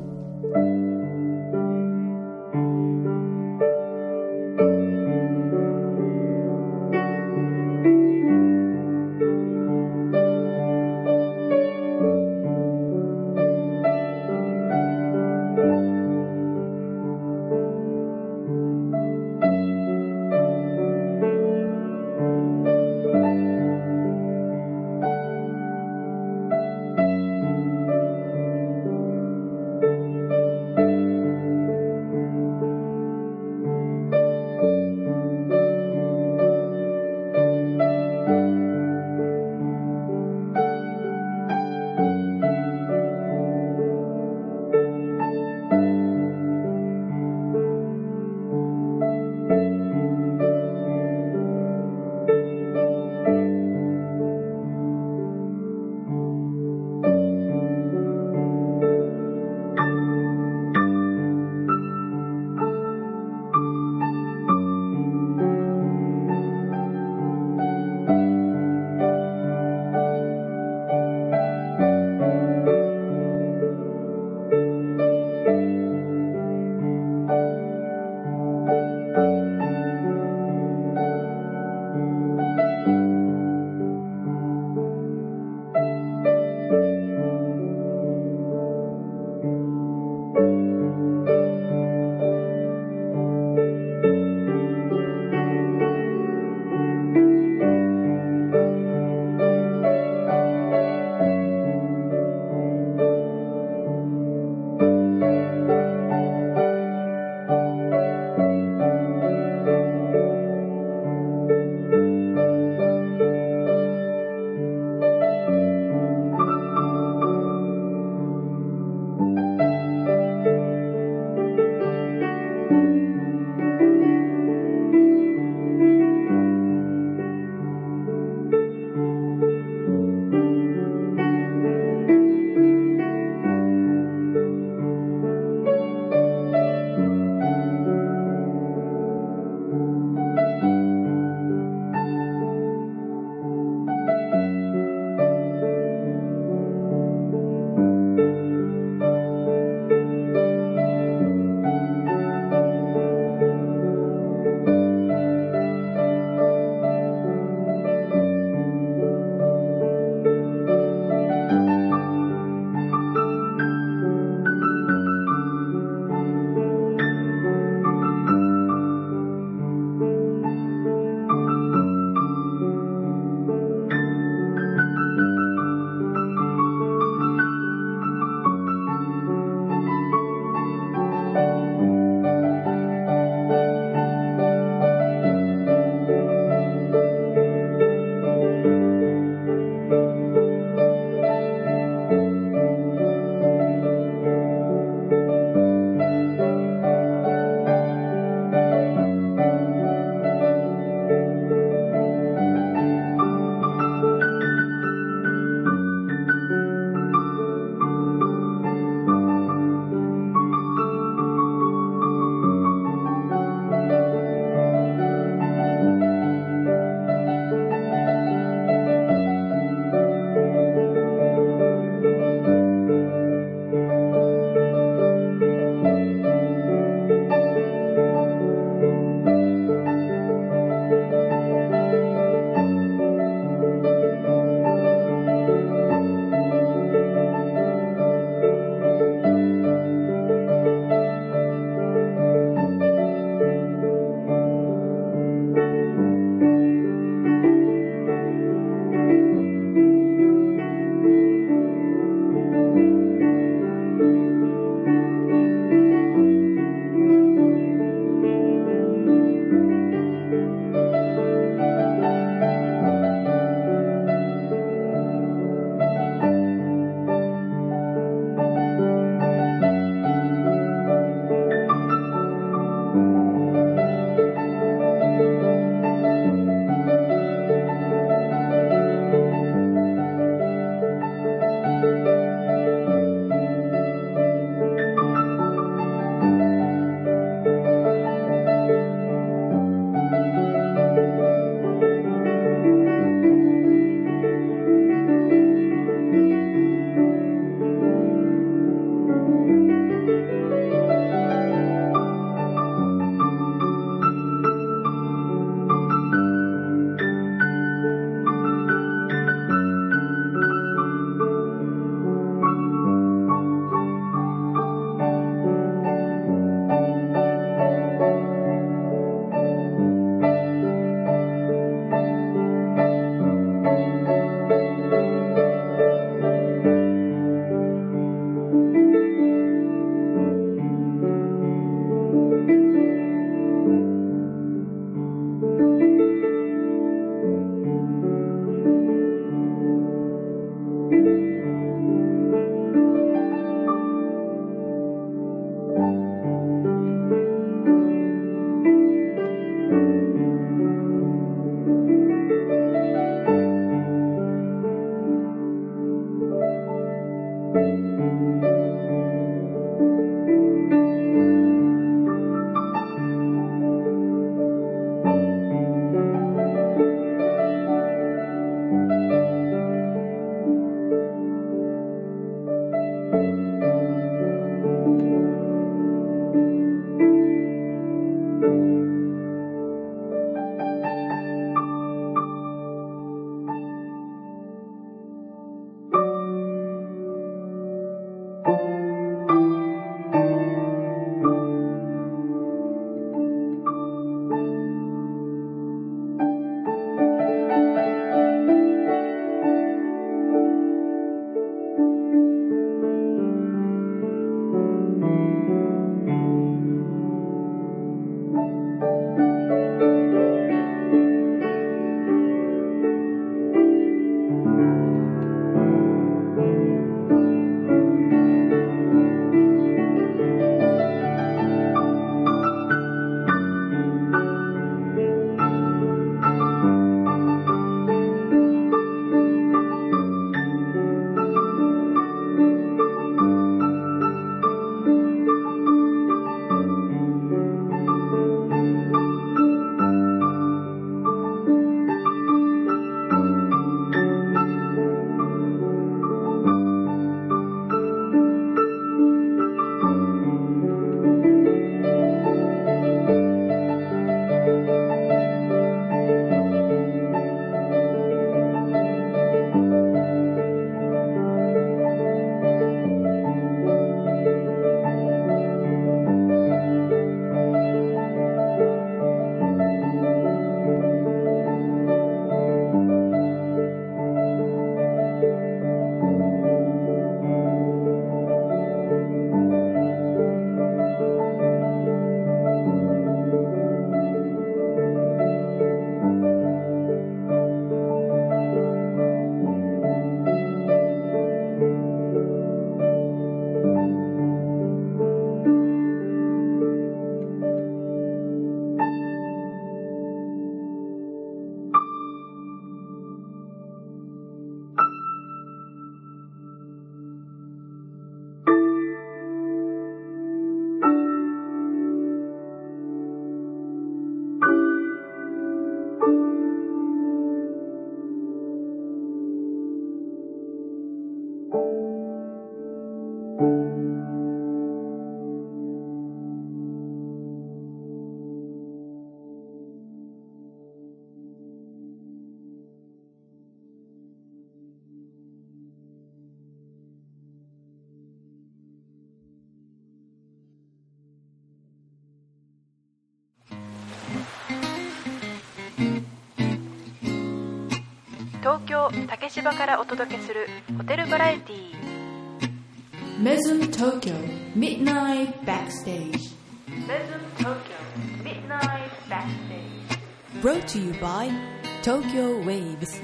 東京竹芝からお届けするホテルバラエティーMesm Tokyo Midnight Backstage Mesm Tokyo Midnight Backstage Brought to you by Tokyo Waves。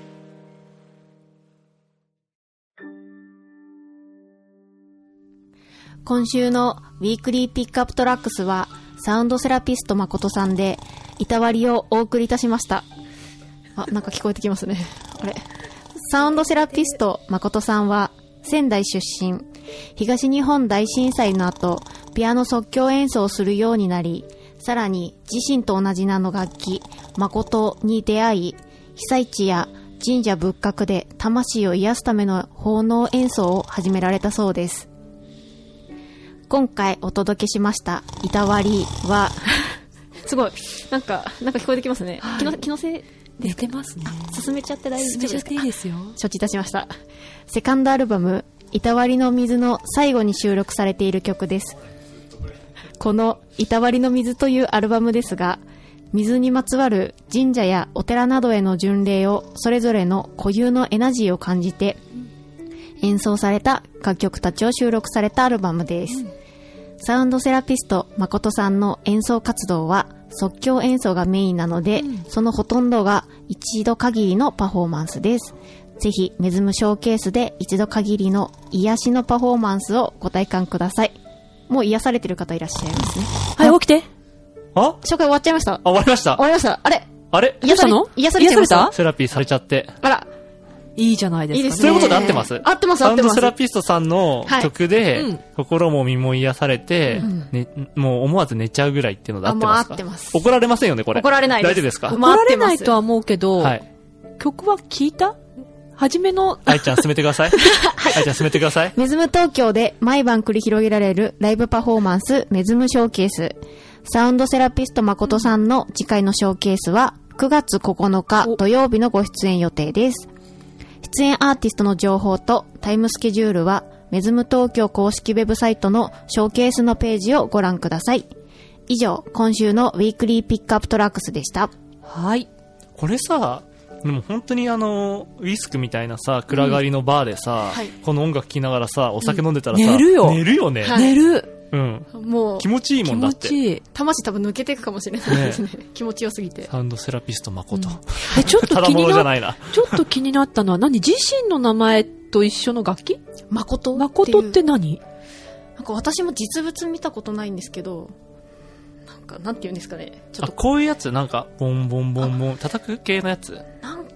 今週のウィークリーピックアップトラックスはサウンドセラピスト誠さんでいたわりをお送りいたしました。あ、なんか聞こえてきますね。あれ。サウンドセラピスト誠さんは仙台出身。東日本大震災の後、ピアノ即興演奏をするようになり、さらに自身と同じ名の楽器、誠に出会い、被災地や神社仏閣で魂を癒すための奉納演奏を始められたそうです。今回お届けしましたいたわりはすごいなんか聞こえてきますね。気のせい出てますね。 進めちゃって大丈夫ですか？ 進めちゃっていいですよ。 承知いたしました。セカンドアルバムいたわりの水の最後に収録されている曲です。このいたわりの水というアルバムですが、水にまつわる神社やお寺などへの巡礼をそれぞれの固有のエナジーを感じて演奏された楽曲たちを収録されたアルバムです。サウンドセラピスト誠さんの演奏活動は即興演奏がメインなので、そのほとんどが一度限りのパフォーマンスです。ぜひメズムショーケースで一度限りの癒しのパフォーマンスをご体感ください。もう癒されてる方いらっしゃいますね。 はい、起きて。 あ、 紹介終わっちゃいました。 終わりました。 終わりました。あれ癒されちゃいました。 セラピーされちゃって。 あら。 いいじゃないですかね。 いいですね。 そういうことで合ってます？ 合ってます。 サウンドセラピストさんの曲で、 はい、 心も身も癒されて、もう思わず寝ちゃうぐらいっていうので合ってますか？ 合ってます。 怒られませんよね、これ。 怒られないです。 大丈夫ですか？ 怒られないとは思うけど、 はい、 曲は聞いた？初めの。 愛ちゃん進めてください。愛ちゃん進めてください。 メズム東京で毎晩繰り広げられるライブパフォーマンス、メズムショーケース。サウンドセラピスト誠さんの次回のショーケースは9月9日土曜日のご出演予定です。出演アーティストの情報とタイムスケジュールはメズム東京公式ウェブサイトのショーケースのページをご覧ください。以上、今週のウィークリーピックアップトラックスでした。 はい。 これさ、でも本当にウィスクみたいなさ、暗がりのバーでさ、はい、この音楽聴きながらさ、お酒飲んでたらさ、 寝るよね。 はい、寝る。 うん。 もう気持ちいいもんだって。 気持ちいい。 魂多分抜けていくかもしれないですね。気持ちよすぎて。 サウンドセラピスト誠。 ちょっと気になちょっと気になったのは自身の名前と一緒の楽器？ 誠って何？ なんか私も実物見たことないんですけど、なんて言うんですかね。 ちょっとこういうやつ、ボンボンボンボン、叩く系のやつ？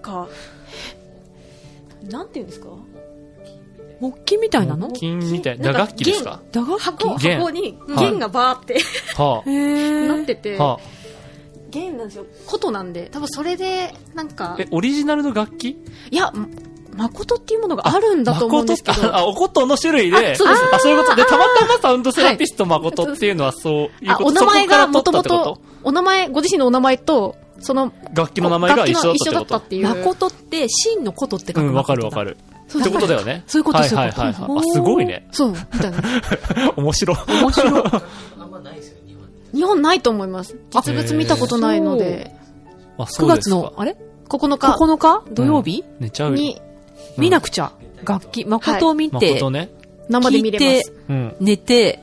なんて言うんですか？ 木琴みたいなの？ 木琴みたいな。打楽器ですか？ 打楽器？箱に弦がバーって、 はあ、なってて、はあ、弦なんですよ。琴なんで、多分それでオリジナルの楽器？ いや、誠っていうものがあるんだと思うんですけど。 お琴の種類で。 そうです。 そういうことで、たまたまサウンドセラピスト誠っていうのはそういうこと。 お名前がもともと、ご自身のお名前と、その楽器の名前が一緒だったっていう。 誠って真の琴って書くの。 うん、わかる。ってことだよね。 そういうことですよ。 はい。あ、すごいね。 そう、みたいな。 面白い。 あんまないですよ、日本。 日本ないと思います。実物見たことないので。 9月の、あれ ?9 日。 9日土曜日寝ちゃうよ。 見なくちゃ。楽器、誠を見て。 誠ね。 生で見れます。 寝て。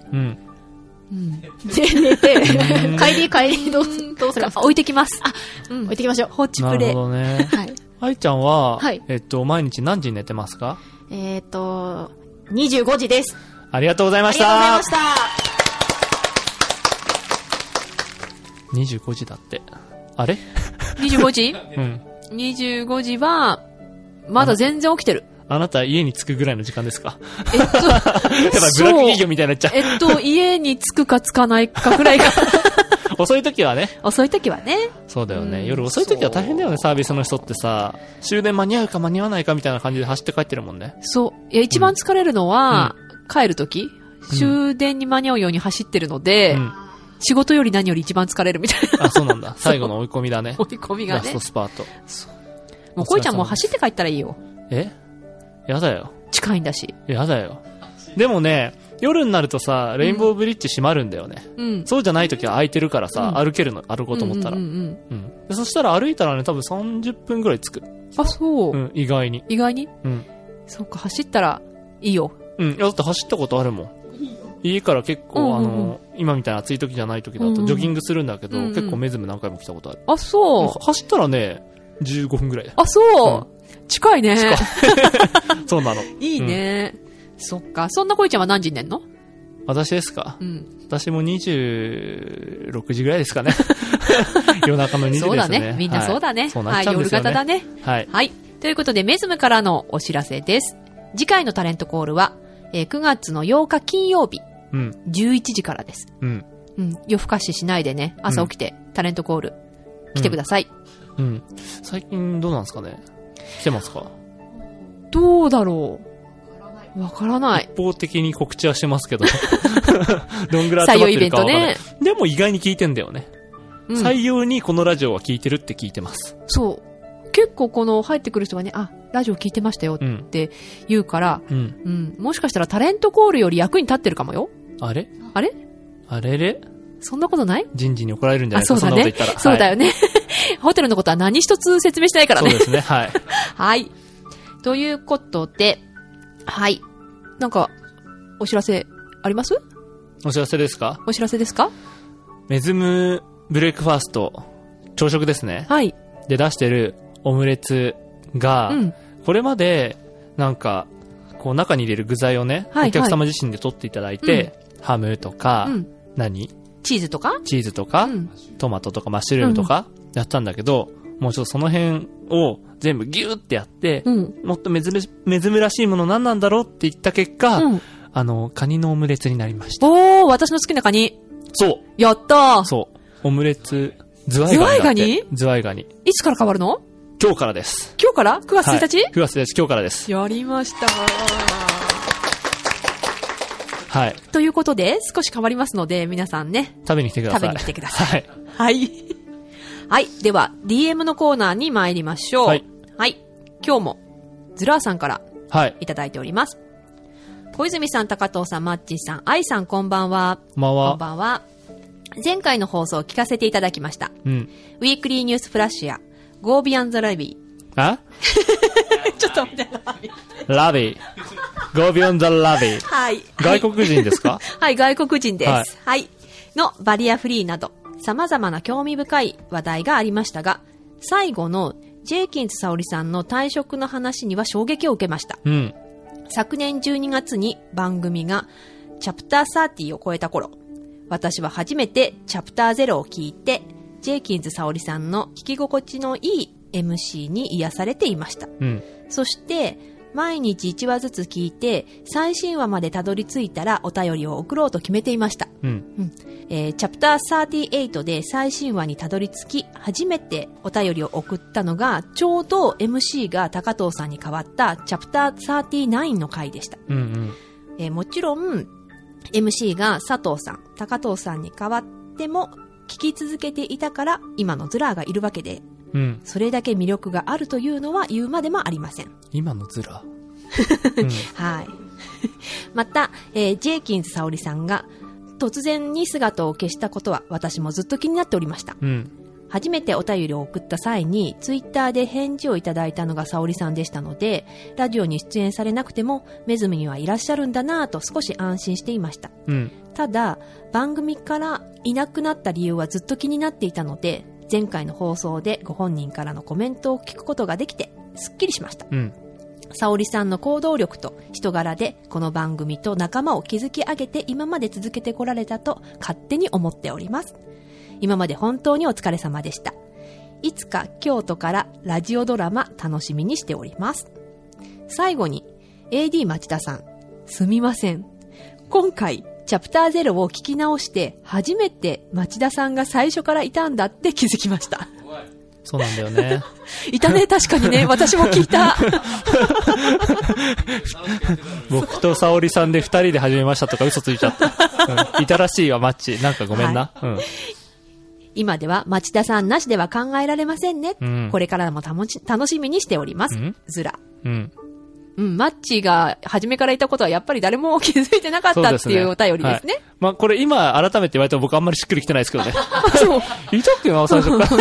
寝て。帰りどうする？ 置いてきます。 置いてきましょう。 放置プレイ。 なるほどね。 はい。 愛ちゃんは、毎日何時に寝てますか ？25時です。 ありがとうございました。 ありがとうございました。 25時だって。あれ ?25 時？ うん。 25時は、まだ全然起きてる。 あなた家に着くぐらいの時間ですか？やっぱブラック企業みたいになっちゃう。 家に着くか着かないかぐらいか。 遅い時はね。 そうだよね。夜遅い時は大変だよね、サービスの人ってさ。終電間に合うか間に合わないかみたいな感じで走って帰ってるもんね。 そう。いや、一番疲れるのは、帰る時、終電に間に合うように走ってるので、仕事より何より一番疲れるみたいな。 あ、そうなんだ。最後の追い込みだね。 追い込みがね。 ラストスパート。 もうこいちゃんもう走って帰ったらいいよ。 やだよ。 近いんだし。 やだよ。でもね、 夜になるとさ、レインボーブリッジ閉まるんだよね。 うん。 そうじゃない時は空いてるからさ、 うん歩こうと思ったら。 ううんうんうんん。でそしたら歩いたらね、多分30分ぐらい着く。 あ、そう。 うん、意外に。 意外にうん。 そっか、走ったらいいよ。 うん。いや、だって走ったことあるもん。家から結構、 うんうんうん今みたいな暑い時じゃない時だうんうんとジョギングするんだけど、 うんうん結構メズム何回も来たことある。 あ、そう。 走ったらね、15分ぐらいだよ。 あ、そう。近いね。 そうなの。 いいね。そっか。そんなこいちゃんは何時に寝んの？ 私ですか？ うん。 私も26時ぐらいですかね。夜中の2時ですね。 そうだね。みんなそうだね。 はい、そうなはい、 っちゃうんですよね。 夜型だね。 はい。 はい。ということで、メズムからのお知らせです。次回のタレントコールは、9月の8日金曜日、 うん。 11時からです。 うん。 うん。夜更かししないでね、朝起きて、タレントコール、来てください。 うん。最近どうなんですかね？来てますか？ どうだろう？わからない。 一方的に告知はしてますけど。どんぐらい集まってるかわからない。 採用イベントでも意外に聞いてんだよね。 うん、 採用にこのラジオは聞いてるって聞いてます。 そう。結構この入ってくる人がね、あ、ラジオ聞いてましたよって言うから、 うん。 うん。もしかしたらタレントコールより役に立ってるかもよ。 あれあれあれれそんなことない？ 人事に怒られるんじゃないか、 あ、そうだね。 そんなこと言ったら。 そうだよね。ホテルのことは何一つ説明してないからね。 そうですね、はい。 はい。ということで、はい。なんか、お知らせあります？ お知らせですか？ お知らせですか？ メズムブレイクファースト、朝食ですね。 はい。 で出してるオムレツが、 うん。 これまで、なんか、こう中に入れる具材をね、 はいはいお客様自身で取っていただいて、ハムとか、 うん。 何チーズとか？ チーズとか、 うん。 トマトとかマッシュルームとかやったんだけど、もうちょっとその辺を全部ギューってやって、 うん。 もっとメズムらしいもの何なんだろうって言った結果、 うん。 カニのオムレツになりました。 おー、私の好きなカニ。 そやったー。 うそう。オムレツ、ズワイガニだって。 ズワイガニ？ ズワイガニ。 いつから変わるの？ 今日からです。 今日から？ 9 月1日？ はい、9月です。今日からです。 やりましたはい。 ということで、少し変わりますので、皆さんね、 食べに来てください。 食べに来てください。 はい。 はい。はい。では、DM のコーナーに参りましょう。 はい。 はい。今日も、ズラーさんからはい。 いただいております。小泉さん、高藤さん、マッチーさん、愛さん、こんばんは。 こんばんは。 こんばんは。前回の放送を聞かせていただきました。 うん。 ウィークリーニュースフラッシュや、ゴービアンザラビあー。ちょっと待って。 ラビー。Go Beyond the Lavi。 はい。 外国人ですか？ はい、外国人です。 はいはい。のバリアフリーなど、様々な興味深い話題がありましたが、最後のジェイキンズ沙織さんの退職の話には衝撃を受けました。 うん。 昨年12月に番組がチャプター30を超えた頃、私は初めてチャプター0を聞いて、ジェイキンズ沙織さんの聞き心地のいい MC に癒されていました。 うん。 そして、毎日1話ずつ聞いて、最新話までたどり着いたらお便りを送ろうと決めていました。 うん。 チャプター38で最新話にたどり着き、初めてお便りを送ったのが、ちょうど MC が高藤さんに変わったチャプター39の回でした。 うん。うん。 もちろん、MC が佐藤さん、高藤さんに変わっても、聞き続けていたから、今のズラーがいるわけで、 うん。 それだけ魅力があるというのは言うまでもありません。 今のズラ。 はい。また、ジェイキンズ沙織さんが突然に姿を消したことは私もずっと気になっておりました。 うん。 初めてお便りを送った際にツイッターで返事をいただいたのが沙織さんでしたので、ラジオに出演されなくてもメズムにはいらっしゃるんだなぁと少し安心していました。 うん。 ただ、番組からいなくなった理由はずっと気になっていたので、前回の放送でご本人からのコメントを聞くことができてすっきりしました。 うん。 沙織さんの行動力と人柄でこの番組と仲間を築き上げて今まで続けてこられたと勝手に思っております。今まで本当にお疲れ様でした。いつか京都からラジオドラマ楽しみにしております。最後に AD 町田さん、すみません。今回チャプター0を聞き直して初めて町田さんが最初からいたんだって気づきました。 そうなんだよね。 いたね、確かにね。私も聞いた。 僕と沙織さんで2人で始めましたとか嘘ついちゃった。うん、いたらしいわ、マッチ。なんかごめんな。 はい、今では町田さんなしでは考えられませんね。 うん、 これからも楽しみにしております。 うん、 ズラ。 うん。 マッチが初めから言ったことはやっぱり誰も気づいてなかったっていうお便りですね。はい、 まあこれ今改めて言われても僕あんまりしっくりきてないですけどね。そう。言いたっけな、最初から。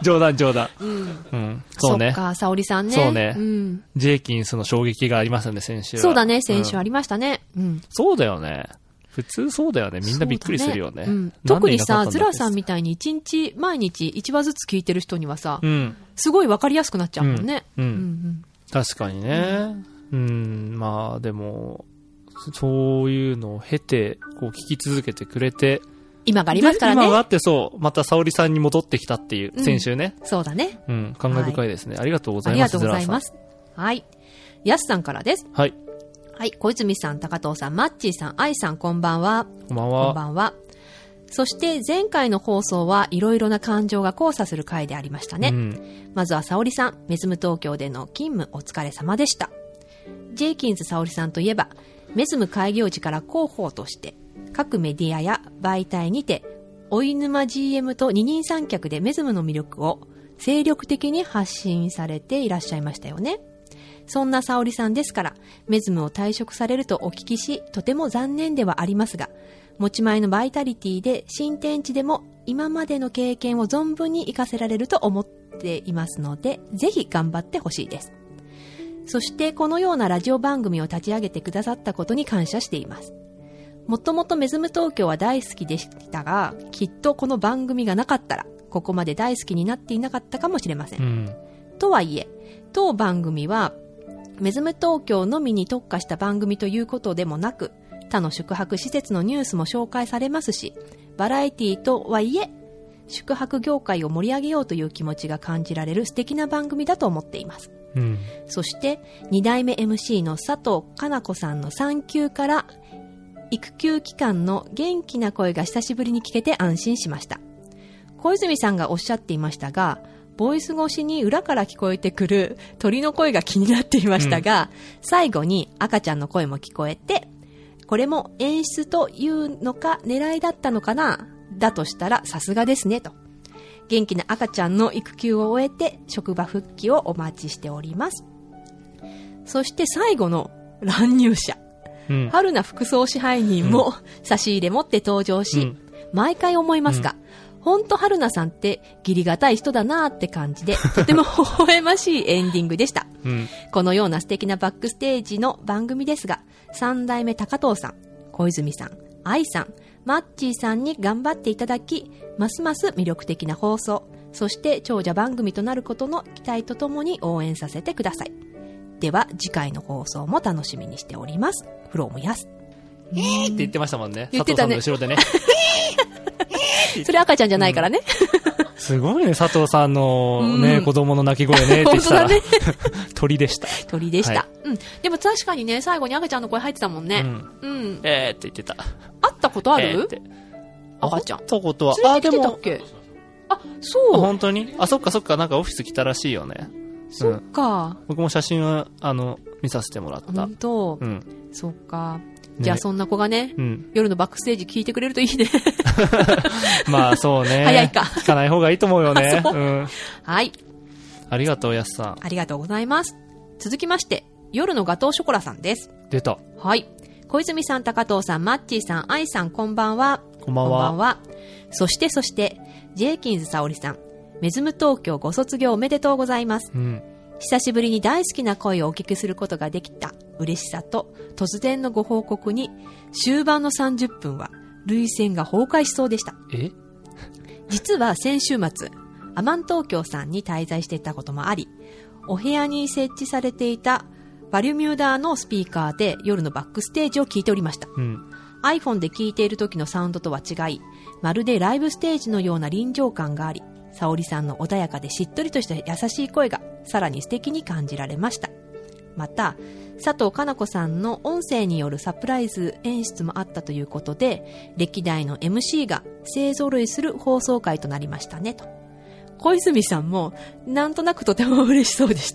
冗談。そうね。 そっか、沙織さんね。 そうね。ジェイキンスの衝撃がありましたね、先週は。 そうだね、先週ありましたね。 そうだよね。普通そうだよね。みんなびっくりするよね。 特にさ、ズラさんみたいに毎日1話ずつ聞いてる人にはさ、すごいわかりやすくなっちゃうもんね。 確かにね。まあでも、そういうのを経て、こう聞き続けてくれて、 今がありますからね。 今があってまた沙織さんに戻ってきたっていう、先週ね。 そうだね。 感慨深いですね。ありがとうございます。 ありがとうございます。はい。やすさんからです。 はい。 はい。小泉さん、高藤さん、マッチーさん、愛さん、こんばんは。 こんばんは。 こんばんは。そして前回の放送はいろいろな感情が交差する回でありましたね。まずは沙織さん、メズム東京での勤務お疲れ様でした。ジェイキンズ沙織さんといえば、メズム開業時から広報として、各メディアや媒体にて、おいぬま GM と二人三脚でメズムの魅力を精力的に発信されていらっしゃいましたよね。そんな沙織さんですから、メズムを退職されるとお聞きし、とても残念ではありますが、持ち前のバイタリティで新天地でも今までの経験を存分に活かせられると思っていますので、ぜひ頑張ってほしいです。そしてこのようなラジオ番組を立ち上げてくださったことに感謝しています。もともとメズム東京は大好きでしたが、きっとこの番組がなかったら、ここまで大好きになっていなかったかもしれません。とはいえ、当番組はメズム東京のみに特化した番組ということでもなく、他の宿泊施設のニュースも紹介されますし、バラエティとはいえ、宿泊業界を盛り上げようという気持ちが感じられる素敵な番組だと思っています。そして、2代目 MC の佐藤かな子さんの産休から育休期間の元気な声が久しぶりに聞けて安心しました。小泉さんがおっしゃっていましたが、ボイス越しに裏から聞こえてくる鳥の声が気になっていましたが、最後に赤ちゃんの声も聞こえて、これも演出というのか狙いだったのかな？だとしたらさすがですねと。元気な赤ちゃんの育休を終えて職場復帰をお待ちしております。そして最後の乱入者。春菜副総支配人も差し入れ持って登場し、毎回思いますが、ほんと春菜さんって義理がたい人だなーって感じで、とても微笑ましいエンディングでした。このような素敵なバックステージの番組ですが、3代目高藤さん、小泉さん、愛さん、マッチーさんに頑張っていただき、ますます魅力的な放送、そして長者番組となることの期待とともに応援させてください。では次回の放送も楽しみにしております。フロームヤス。 って言ってましたもんね。 言ってたね。 佐藤さんの後ろでね。 それ赤ちゃんじゃないからね。 すごいね、佐藤さんのね、子供の泣き声ねってしたら、鳥でした。 鳥でした。でも確かにね、最後に赤ちゃんの声入ってたもんね。 って言ってた。 会ったことある？赤ちゃん。 会ったことは、 連れてきてたっけ？そう。 本当に？そっか、なんかオフィス来たらしいよね。 そっか。 僕も写真は、見させてもらった。 本当。そっか。じゃあそんな子がね、夜のバックステージ聞いてくれるといいね。 まあそうね。 早いか。 聞かない方がいいと思うよね。 はい。 ありがとう、やすさん。 ありがとうございます。続きまして、夜のガトーショコラさんです。 出た。 はい。小泉さん、高藤さん、マッチーさん、愛さん、こんばんは。 こんばんは。 そして、ジェイキンズ沙織さん、メズム東京ご卒業おめでとうございます。久しぶりに大好きな声をお聞きすることができた嬉しさと突然のご報告に終盤の30分は涙腺が崩壊しそうでした。実は先週末アマン東京さんに滞在していたこともあり、お部屋に設置されていたバリュミューダーのスピーカーで夜のバックステージを聞いておりました。iPhone で聞いている時のサウンドとは違い、まるでライブステージのような臨場感があり、沙織さんの穏やかでしっとりとした優しい声がさらに素敵に感じられました。また、佐藤かな子さんの音声によるサプライズ演出もあったということで、歴代の MC が勢揃いする放送回となりましたねと。小泉さんもなんとなくとても嬉しそうでした。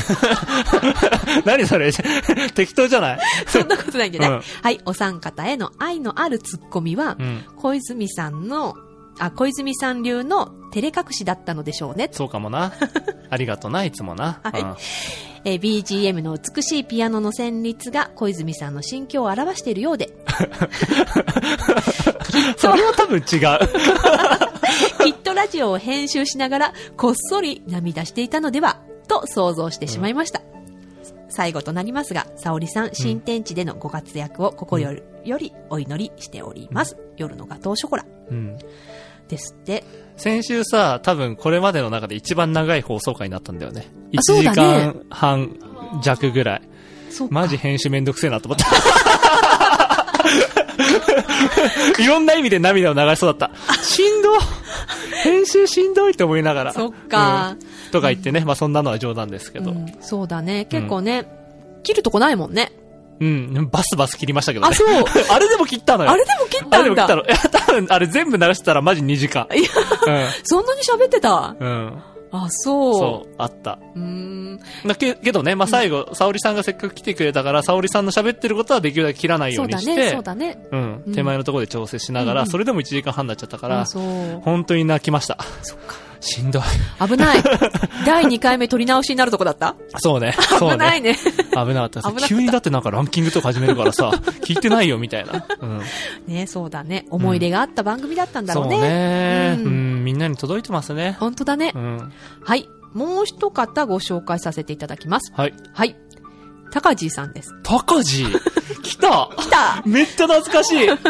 何それ適当じゃない？ そんなことないんじゃない？はい、お三方への愛のあるツッコミは、小泉さん流の照れ隠しだったのでしょうね。 そうかもな。ありがとな、いつもな。 はい。 BGM の美しいピアノの旋律が小泉さんの心境を表しているようでそれは多分違うきっとラジオを編集しながらこっそり涙していたのではと想像してしまいました、最後となりますが、沙織さん、新天地でのご活躍を心よりお祈りしております。夜のガトーショコラ。ですって。 先週さ、多分これまでの中で一番長い放送回になったんだよね。1時間半弱ぐらい。マジ編集めんどくせえなと思った。いろんな意味で涙を流しそうだった。しんど編集しんどいと思いながら。 そっか、 とか言ってね、まあそんなのは冗談ですけど。 そうだね。結構ね、切るとこないもんね。 バスバス切りましたけどね。 あ、そう。 あれでも切ったのよ。 あれでも切ったんだ。 あれでも切ったの。いや、多分あれ全部流してたらマジ2時間。いや、 そんなに喋ってた。あ、そう。 そう、あった。けどね、まあ、最後、沙織さんがせっかく来てくれたから、沙織さんの喋ってることはできるだけ切らないようにして、 そうだね。 手前のところで調整しながら、それでも1時間半になっちゃったから、本当に泣きました。 そっか。 しんどい。 危ない。第2回目撮り直しになるとこだったそうね。 危ないね。 危なかったです。急にだってなんかランキングとか始めるからさ、聞いてないよみたいな。 ね、そうだね。思い入れがあった番組だったんだろうね。 そうね。みんなに届いてますね。 本当だね。はい。もう一方ご紹介させていただきます。 はい。 はい。高地さんです。 高地来ためっちゃ懐かしいはい。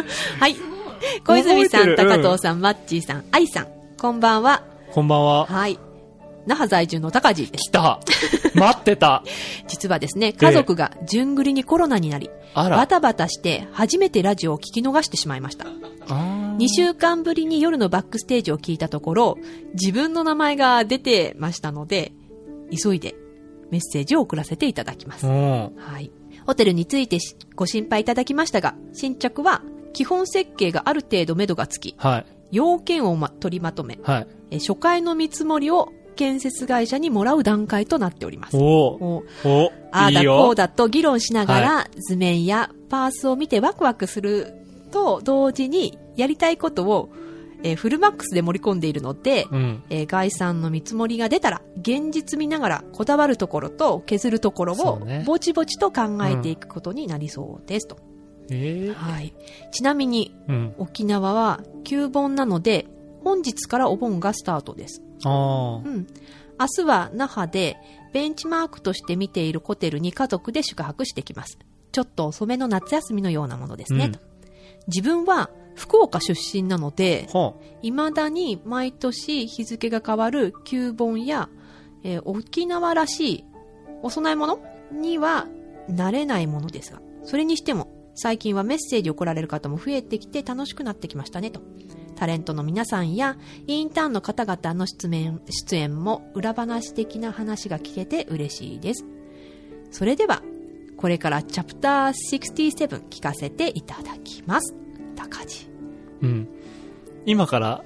小泉さん、高藤さん、マッチーさん、愛さん、こんばんは。 こんばんは。 はい。那覇在住の高地です。 来た待ってた実はですね、家族が順繰りにコロナになり、バタバタして初めてラジオを聞き逃してしまいました。2週間ぶりに夜のバックステージを聞いたところ、自分の名前が出てましたので、急いでメッセージを送らせていただきます。はい。ホテルについてご心配いただきましたが、進捗は基本設計がある程度目処がつき、要件を取りまとめ、初回の見積もりを建設会社にもらう段階となっております。ああだこうだと議論しながら、図面やパースを見てワクワクすると同時にやりたいことを、フルマックスで盛り込んでいるので、概算の見積もりが出たら現実見ながらこだわるところと削るところをぼちぼちと考えていくことになりそうですと。はい。ちなみに、沖縄は旧盆なので本日からお盆がスタートです。明日は那覇でベンチマークとして見ているホテルに家族で宿泊してきます。ちょっと遅めの夏休みのようなものですね。自分は福岡出身なので、未だに毎年日付が変わる旧盆や、沖縄らしいお供え物にはなれないものですが、それにしても最近はメッセージを送られる方も増えてきて楽しくなってきましたねと。タレントの皆さんやインターンの方々の出演も裏話的な話が聞けて嬉しいです。それではこれからチャプター67聞かせていただきます。高地。 今から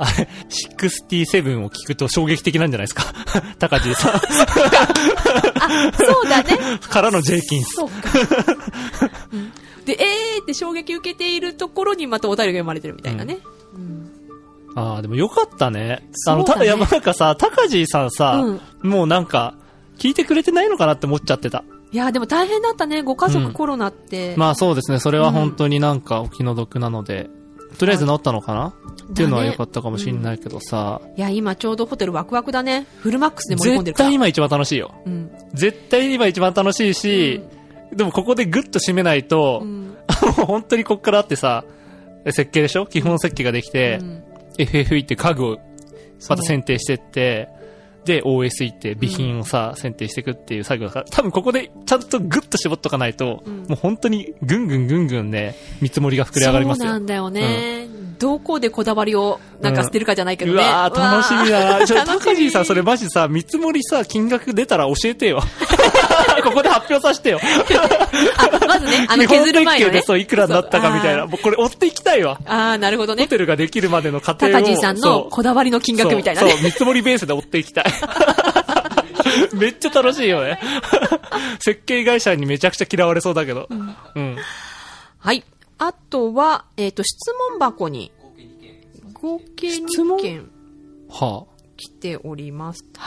67を聞くと衝撃的なんじゃないですか高地さん。 あ、そうだね。 からの税金。 そうか。で、って衝撃受けているところにまたお便りが読まれてるみたいなね。 でもよかったね。なんかさ、高地さんさ、もうなんか、聞いてくれてないのかなって思っちゃってた。 いや、でも大変だったね、ご家族コロナって。 まあそうですね、それは本当になんかお気の毒なので、とりあえず治ったのかなっていうのは良かったかもしれないけどさ。 いや、今ちょうどホテルワクワクだね。フルマックスで盛り込んでるから。 絶対今一番楽しいよ。絶対今一番楽しいし、でもここでグッと締めないと、本当にこっからあってさ、設計でしょ？基本設計ができて、FFE って家具をまた選定してって、で OSE って備品をさ、選定していくっていう作業だから、多分ここでちゃんとグッと絞っとかないと、もう本当にぐんぐんね、見積もりが膨れ上がりますよ。 そうなんだよね。どこでこだわりをなんか捨てるかじゃないけどね。 うわー、楽しみだな。高地さん、それマジさ、見積もりさ、金額出たら教えてよ。ここで発表させてよ。 まずね、削る前のね。日本設計でそう、いくらになったかみたいな。もうこれ追っていきたいわ。 なるほどね。 ホテルができるまでの過程を。 高地さんのこだわりの金額みたいなね。 そう、見積もりベースで追っていきたい。めっちゃ楽しいよね。設計会社にめちゃくちゃ嫌われそうだけど。 はい。あとは、質問箱に、合計2件、来ております。はい。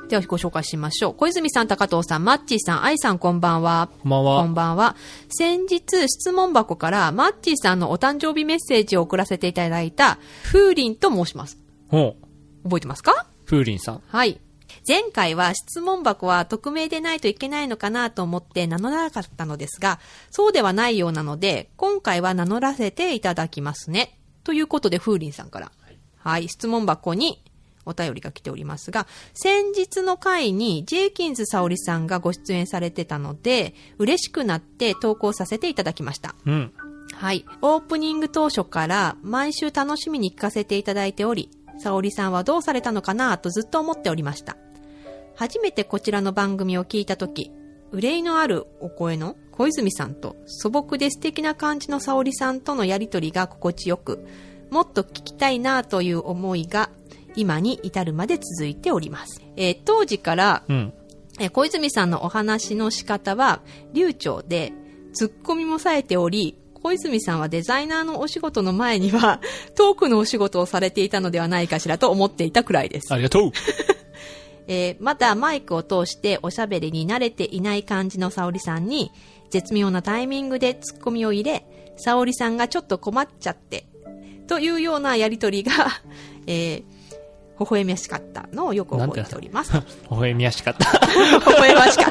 ではご紹介しましょう。小泉さん、高藤さん、マッチーさん、愛さん、こんばんは。 こんばんは。 こんばんは。先日、質問箱からマッチーさんのお誕生日メッセージを送らせていただいた、風鈴と申します。 ほう。 覚えてますか？ 風鈴さん。 はい。前回は質問箱は匿名でないといけないのかなと思って名乗らなかったのですが、そうではないようなので、今回は名乗らせていただきますね。ということで、風鈴さんから。はい、質問箱にお便りが来ておりますが、先日の回にジェイキンズ沙織さんがご出演されてたので、嬉しくなって投稿させていただきました。 うん。 はい。オープニング当初から毎週楽しみに聞かせていただいており、沙織さんはどうされたのかなとずっと思っておりました。初めてこちらの番組を聞いたとき、憂いのあるお声の小泉さんと素朴で素敵な感じの沙織さんとのやりとりが心地よく、もっと聞きたいなという思いが今に至るまで続いております。当時から、小泉さんのお話の仕方は流暢で、ツッコミも冴えており、小泉さんはデザイナーのお仕事の前にはトークのお仕事をされていたのではないかしらと思っていたくらいです。 ありがとう。 まだマイクを通しておしゃべりに慣れていない感じの沙織さんに絶妙なタイミングでツッコミを入れ、沙織さんがちょっと困っちゃってというようなやりとりが、微笑みやしかったのをよく覚えております。 微笑みやしかった。 微笑ましかった。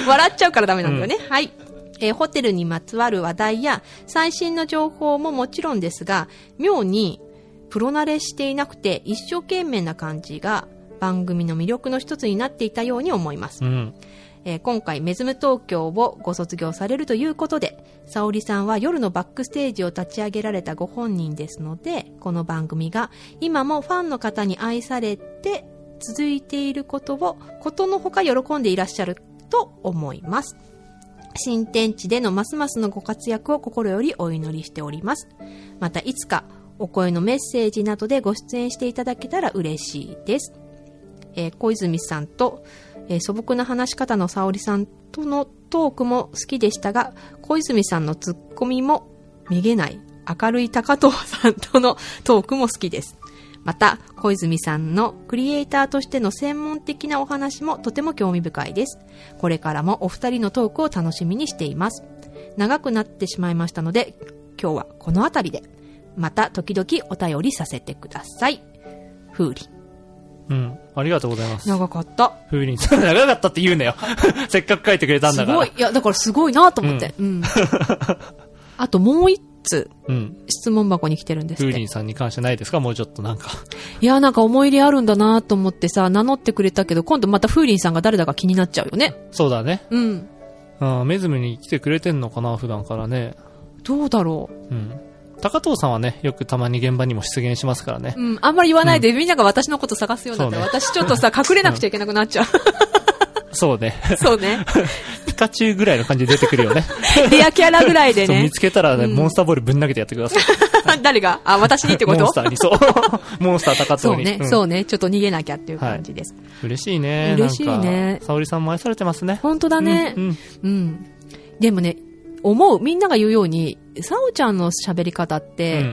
笑っちゃうからダメなんだよね。はい。ホテルにまつわる話題や最新の情報ももちろんですが、妙にプロ慣れしていなくて一生懸命な感じが番組の魅力の一つになっていたように思います。今回メズム東京をご卒業されるということで、沙織さんは夜のバックステージを立ち上げられたご本人ですので、この番組が今もファンの方に愛されて続いていることをことのほか喜んでいらっしゃると思います。新天地でのますますのご活躍を心よりお祈りしております。またいつかお声のメッセージなどでご出演していただけたら嬉しいです。小泉さんと、素朴な話し方の沙織さんとのトークも好きでしたが、小泉さんのツッコミもめげない明るい高藤さんとのトークも好きです。また小泉さんのクリエイターとしての専門的なお話もとても興味深いです。これからもお二人のトークを楽しみにしています。長くなってしまいましたので、今日はこのあたりで、また時々お便りさせてください。風鈴。 ありがとうございます。 長かった。 風鈴さん、長かったって言うなよ。せっかく書いてくれたんだから。 すごい。いや、だからすごいなと思って。あともう一つ、質問箱に来てるんですって。 風鈴さんに関してないですか？もうちょっとなんか。 いや、なんか思い入れあるんだなと思ってさ、名乗ってくれたけど、今度また風鈴さんが誰だか気になっちゃうよね。 そうだね。メズムに来てくれてんのかな、普段からね。 どうだろう。 高藤さんはね、よくたまに現場にも出現しますからね。 あんまり言わないで、みんなが私のこと探すようになったら、私ちょっとさ、隠れなくちゃいけなくなっちゃう。 そうね。 そうね。 ピカチュウぐらいの感じで出てくるよね。 レアキャラぐらいでね。 見つけたらね、モンスターボールぶん投げてやってください。 誰が？あ、私にってこと？ モンスターに、そう。モンスター高藤に。 そうね。ちょっと逃げなきゃっていう感じです。 嬉しいね。 嬉しいね。 沙織さんも愛されてますね。 本当だね。でもね、みんなが言うように、さおちゃんの喋り方って、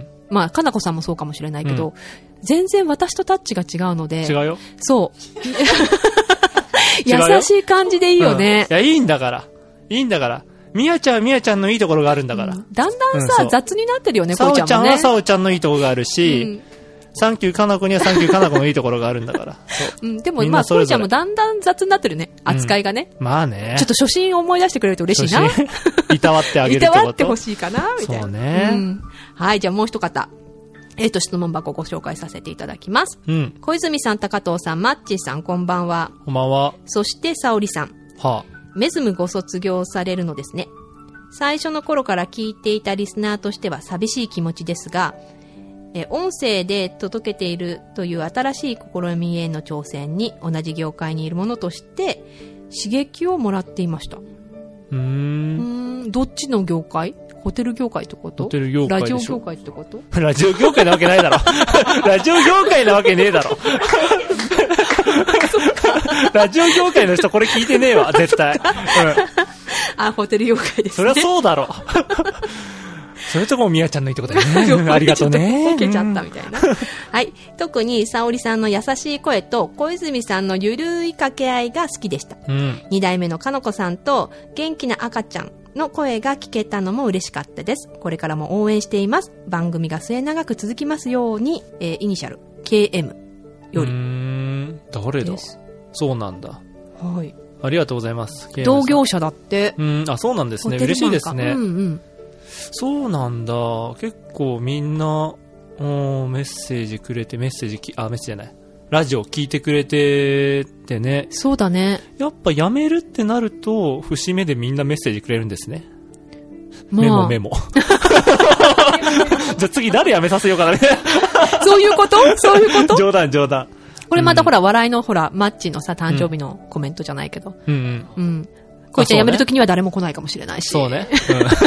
まあ、かなこさんもそうかもしれないけど、全然私とタッチが違うので。 違うよ。 そう。優しい感じでいいよね。 いや、いいんだから。いいんだから。みやちゃんはみやちゃんのいいところがあるんだから。 だんだんさ、雑になってるよね、こうちゃんもね。 さおちゃんはさおちゃんのいいところがあるし、サンキューかなこにはサンキューかなこのいいところがあるんだから。 でもまあ、こうちゃんもだんだん雑になってるね。扱いがね。 まあね。 ちょっと初心を思い出してくれると嬉しいな。 いたわってあげるってこと。 いたわってほしいかな、みたいな。 そうね。 はい、じゃあもう一方。質問箱をご紹介させていただきます。小泉さん、高藤さん、マッチーさん、こんばんは。 こんばんは。 そして、沙織さん。メズムご卒業されるのですね。最初の頃から聞いていたリスナーとしては寂しい気持ちですが、音声で届けているという新しい試みへの挑戦に同じ業界にいるものとして刺激をもらっていました。どっちの業界？ホテル業界ってこと？ ホテル業界でしょ。 ラジオ業界ってこと？ ラジオ業界なわけないだろ。ラジオ業界なわけねえだろ。ラジオ業界の人これ聞いてねえわ、絶対。 ホテル業界ですね。 そりゃそうだろ。そういうとこもみやちゃんのいいとこだよね。ありがとうね。 ボケちゃったみたいな。 はい。特に、沙織さんの優しい声と、小泉さんのゆるい掛け合いが好きでした。2代目のかのこさんと、元気な赤ちゃんの声が聞けたのも嬉しかったです。これからも応援しています。番組が末永く続きますように、イニシャル、KM より。 誰だ？そうなんだ。 はい。 ありがとうございます。 同業者だって。 あ、そうなんですね。嬉しいですね。そうなんだ。結構みんな、メッセージくれて、メッセージじゃない。ラジオ聞いてくれててね。 そうだね。 やっぱやめるってなると、節目でみんなメッセージくれるんですね。メモ。じゃあ次誰やめさせようかなね。 そういうこと冗談。 これまたほら、笑いのほら、マッチのさ、誕生日のコメントじゃないけど。こいつは辞めるときには誰も来ないかもしれないし。 そうね。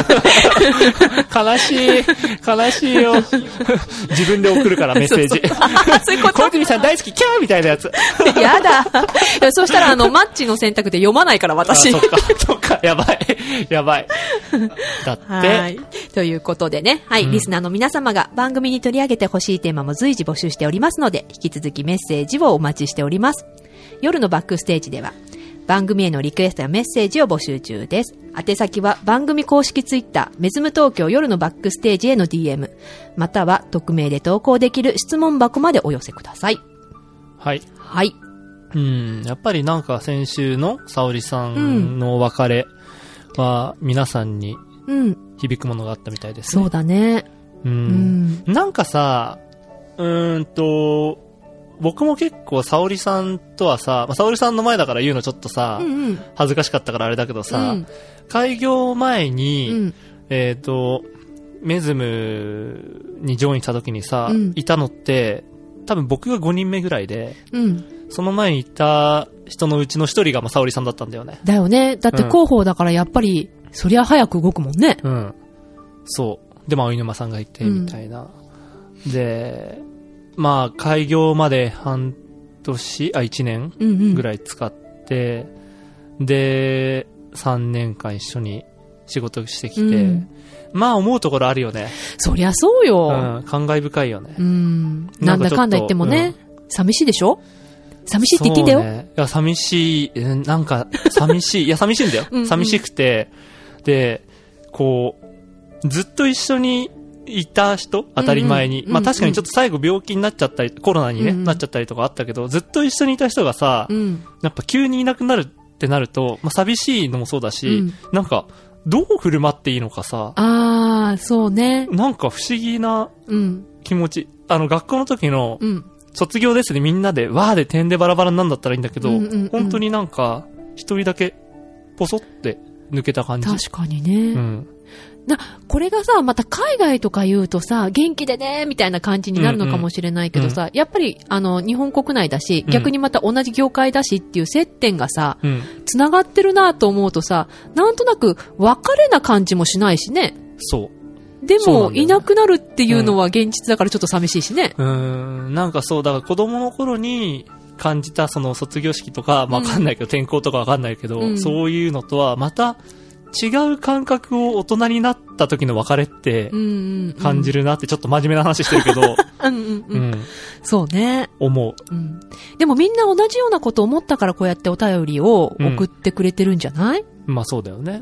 悲しいよ。自分で送るからメッセージ。 そういうこと。 小泉さん大好き、キャーみたいなやつ。 やだ。そしたらマッチの選択で読まないから私。 そっか、やばい。だって。 はい。ということでね、はい、リスナーの皆様が番組に取り上げてほしいテーマも随時募集しておりますので、引き続きメッセージをお待ちしております。夜のバックステージでは、番組へのリクエストやメッセージを募集中です。宛先は番組公式ツイッター、メズム東京夜のバックステージへの DM、または匿名で投稿できる質問箱までお寄せください。 はい。 はい。 やっぱりなんか先週の沙織さんのお別れは皆さんに響くものがあったみたいですね。 そうだね。 なんかさ、僕も結構沙織さんとはさ、沙織さんの前だから言うのちょっとさ、恥ずかしかったからあれだけどさ、開業前に、メズムにジョインした時にさ、いたのって、多分僕が5人目ぐらいで、その前にいた人のうちの1人が沙織さんだったんだよね。 だよね。だって広報だからやっぱり、そりゃ早く動くもんね。 そう。で、青沼さんがいて、みたいな。で、開業まで1年ぐらい使って、で、3年間一緒に仕事してきて、思うところあるよね。 そりゃそうよ。 感慨深いよね。 なんだかんだ言ってもね、寂しいでしょ？寂しいって言ってんだよ。 いや、寂しい、寂しい。いや、寂しいんだよ。寂しくて、で、ずっと一緒にいた人当たり前に。確かにちょっと最後病気になっちゃったり、コロナにね、なっちゃったりとかあったけど、ずっと一緒にいた人がさ、やっぱ急にいなくなるってなると、寂しいのもそうだし、なんか、どう振る舞っていいのかさ。 そうね。 なんか不思議な気持ち。学校の時の、卒業ですね、みんなで、わーで点でバラバラになんだったらいいんだけど、本当になんか、一人だけ、ポソって抜けた感じ。 確かにね。これがさ、また海外とか言うとさ、元気でね、みたいな感じになるのかもしれないけどさ、やっぱり、日本国内だし、逆にまた同じ業界だしっていう接点がさ、繋がってるなと思うとさ、なんとなく別れな感じもしないしね。 そう。 でも、いなくなるっていうのは現実だからちょっと寂しいしね。 なんかそう、だから子供の頃に感じたその卒業式とか、わかんないけど、転校とかわかんないけど、そういうのとはまた、違う感覚を大人になった時の別れって感じるなって、ちょっと真面目な話してるけど、 そうね。 思う、 でもみんな同じようなこと思ったからこうやってお便りを送ってくれてるんじゃない？ そうだよね。いや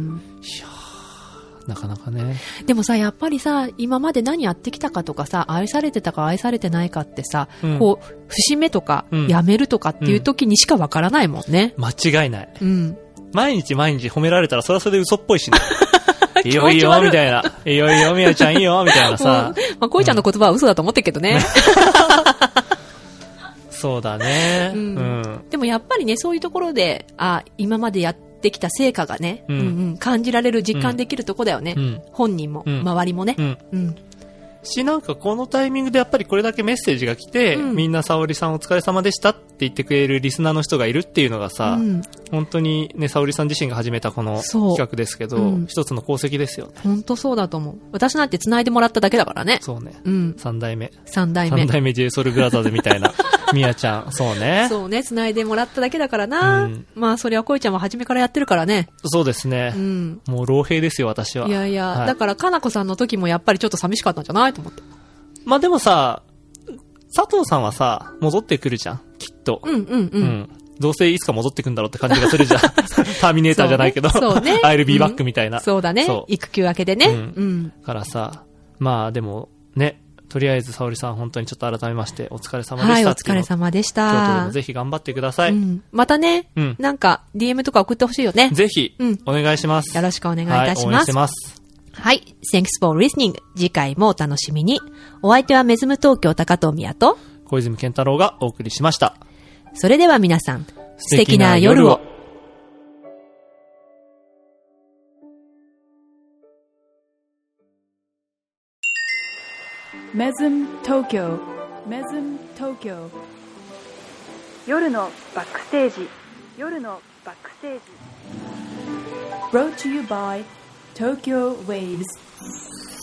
なかなかね。 でもさ、やっぱりさ、今まで何やってきたかとかさ、愛されてたか愛されてないかってさ、節目とか、やめるとかっていう時にしかわからないもんね。 間違いない。毎日褒められたらそれはそれで嘘っぽいしね。いいよみたいな。いいよみやちゃんいいよみたいなさ。 こいちゃんの言葉は嘘だと思ってるけどね。 そうだね。 でもやっぱりね、そういうところで、今までやってきた成果がね、感じられる、実感できるとこだよね。本人も、周りもね。 なんかこのタイミングでやっぱりこれだけメッセージが来て、みんな沙織さんお疲れ様でしたって言ってくれるリスナーの人がいるっていうのがさ、本当にね、沙織さん自身が始めたこの企画ですけど、一つの功績ですよね。 本当そうだと思う。私なんて繋いでもらっただけだからね。 そうね。 三代目 JSOULブラザーズみたいな。みやちゃん、そうね。 そうね、繋いでもらっただけだからな。それはこいちゃんは初めからやってるからね。 そうですね。もう老兵ですよ、私は。 いや、だからかなこさんの時もやっぱりちょっと寂しかったんじゃないと思って。 でもさ、 佐藤さんはさ、戻ってくるじゃん、きっと。 うんうんうん。うん、 どうせいつか戻ってくんだろうって感じがするじゃん。ターミネーターじゃないけど。 そうね。 I'll be back みたいな。 そうだね。育休明けでね。 うん。からさ、まあでも、ね、とりあえず沙織さん本当にちょっと改めましてお疲れ様でした。 はい、お疲れ様でした。 京都でもぜひ頑張ってください。 またね、なんか DM とか送ってほしいよね。 ぜひ、お願いします。 よろしくお願いいたします。 応援してます。 はい。Thanks for listening. 次回もお楽しみに。お相手はメズム東京高藤宮と小泉健太郎がお送りしました。 それでは皆さん、素敵な夜を。 メズム東京、メズム東京。夜のバックステージ、夜のバックステージ。Brought to you by Tokyo Waves.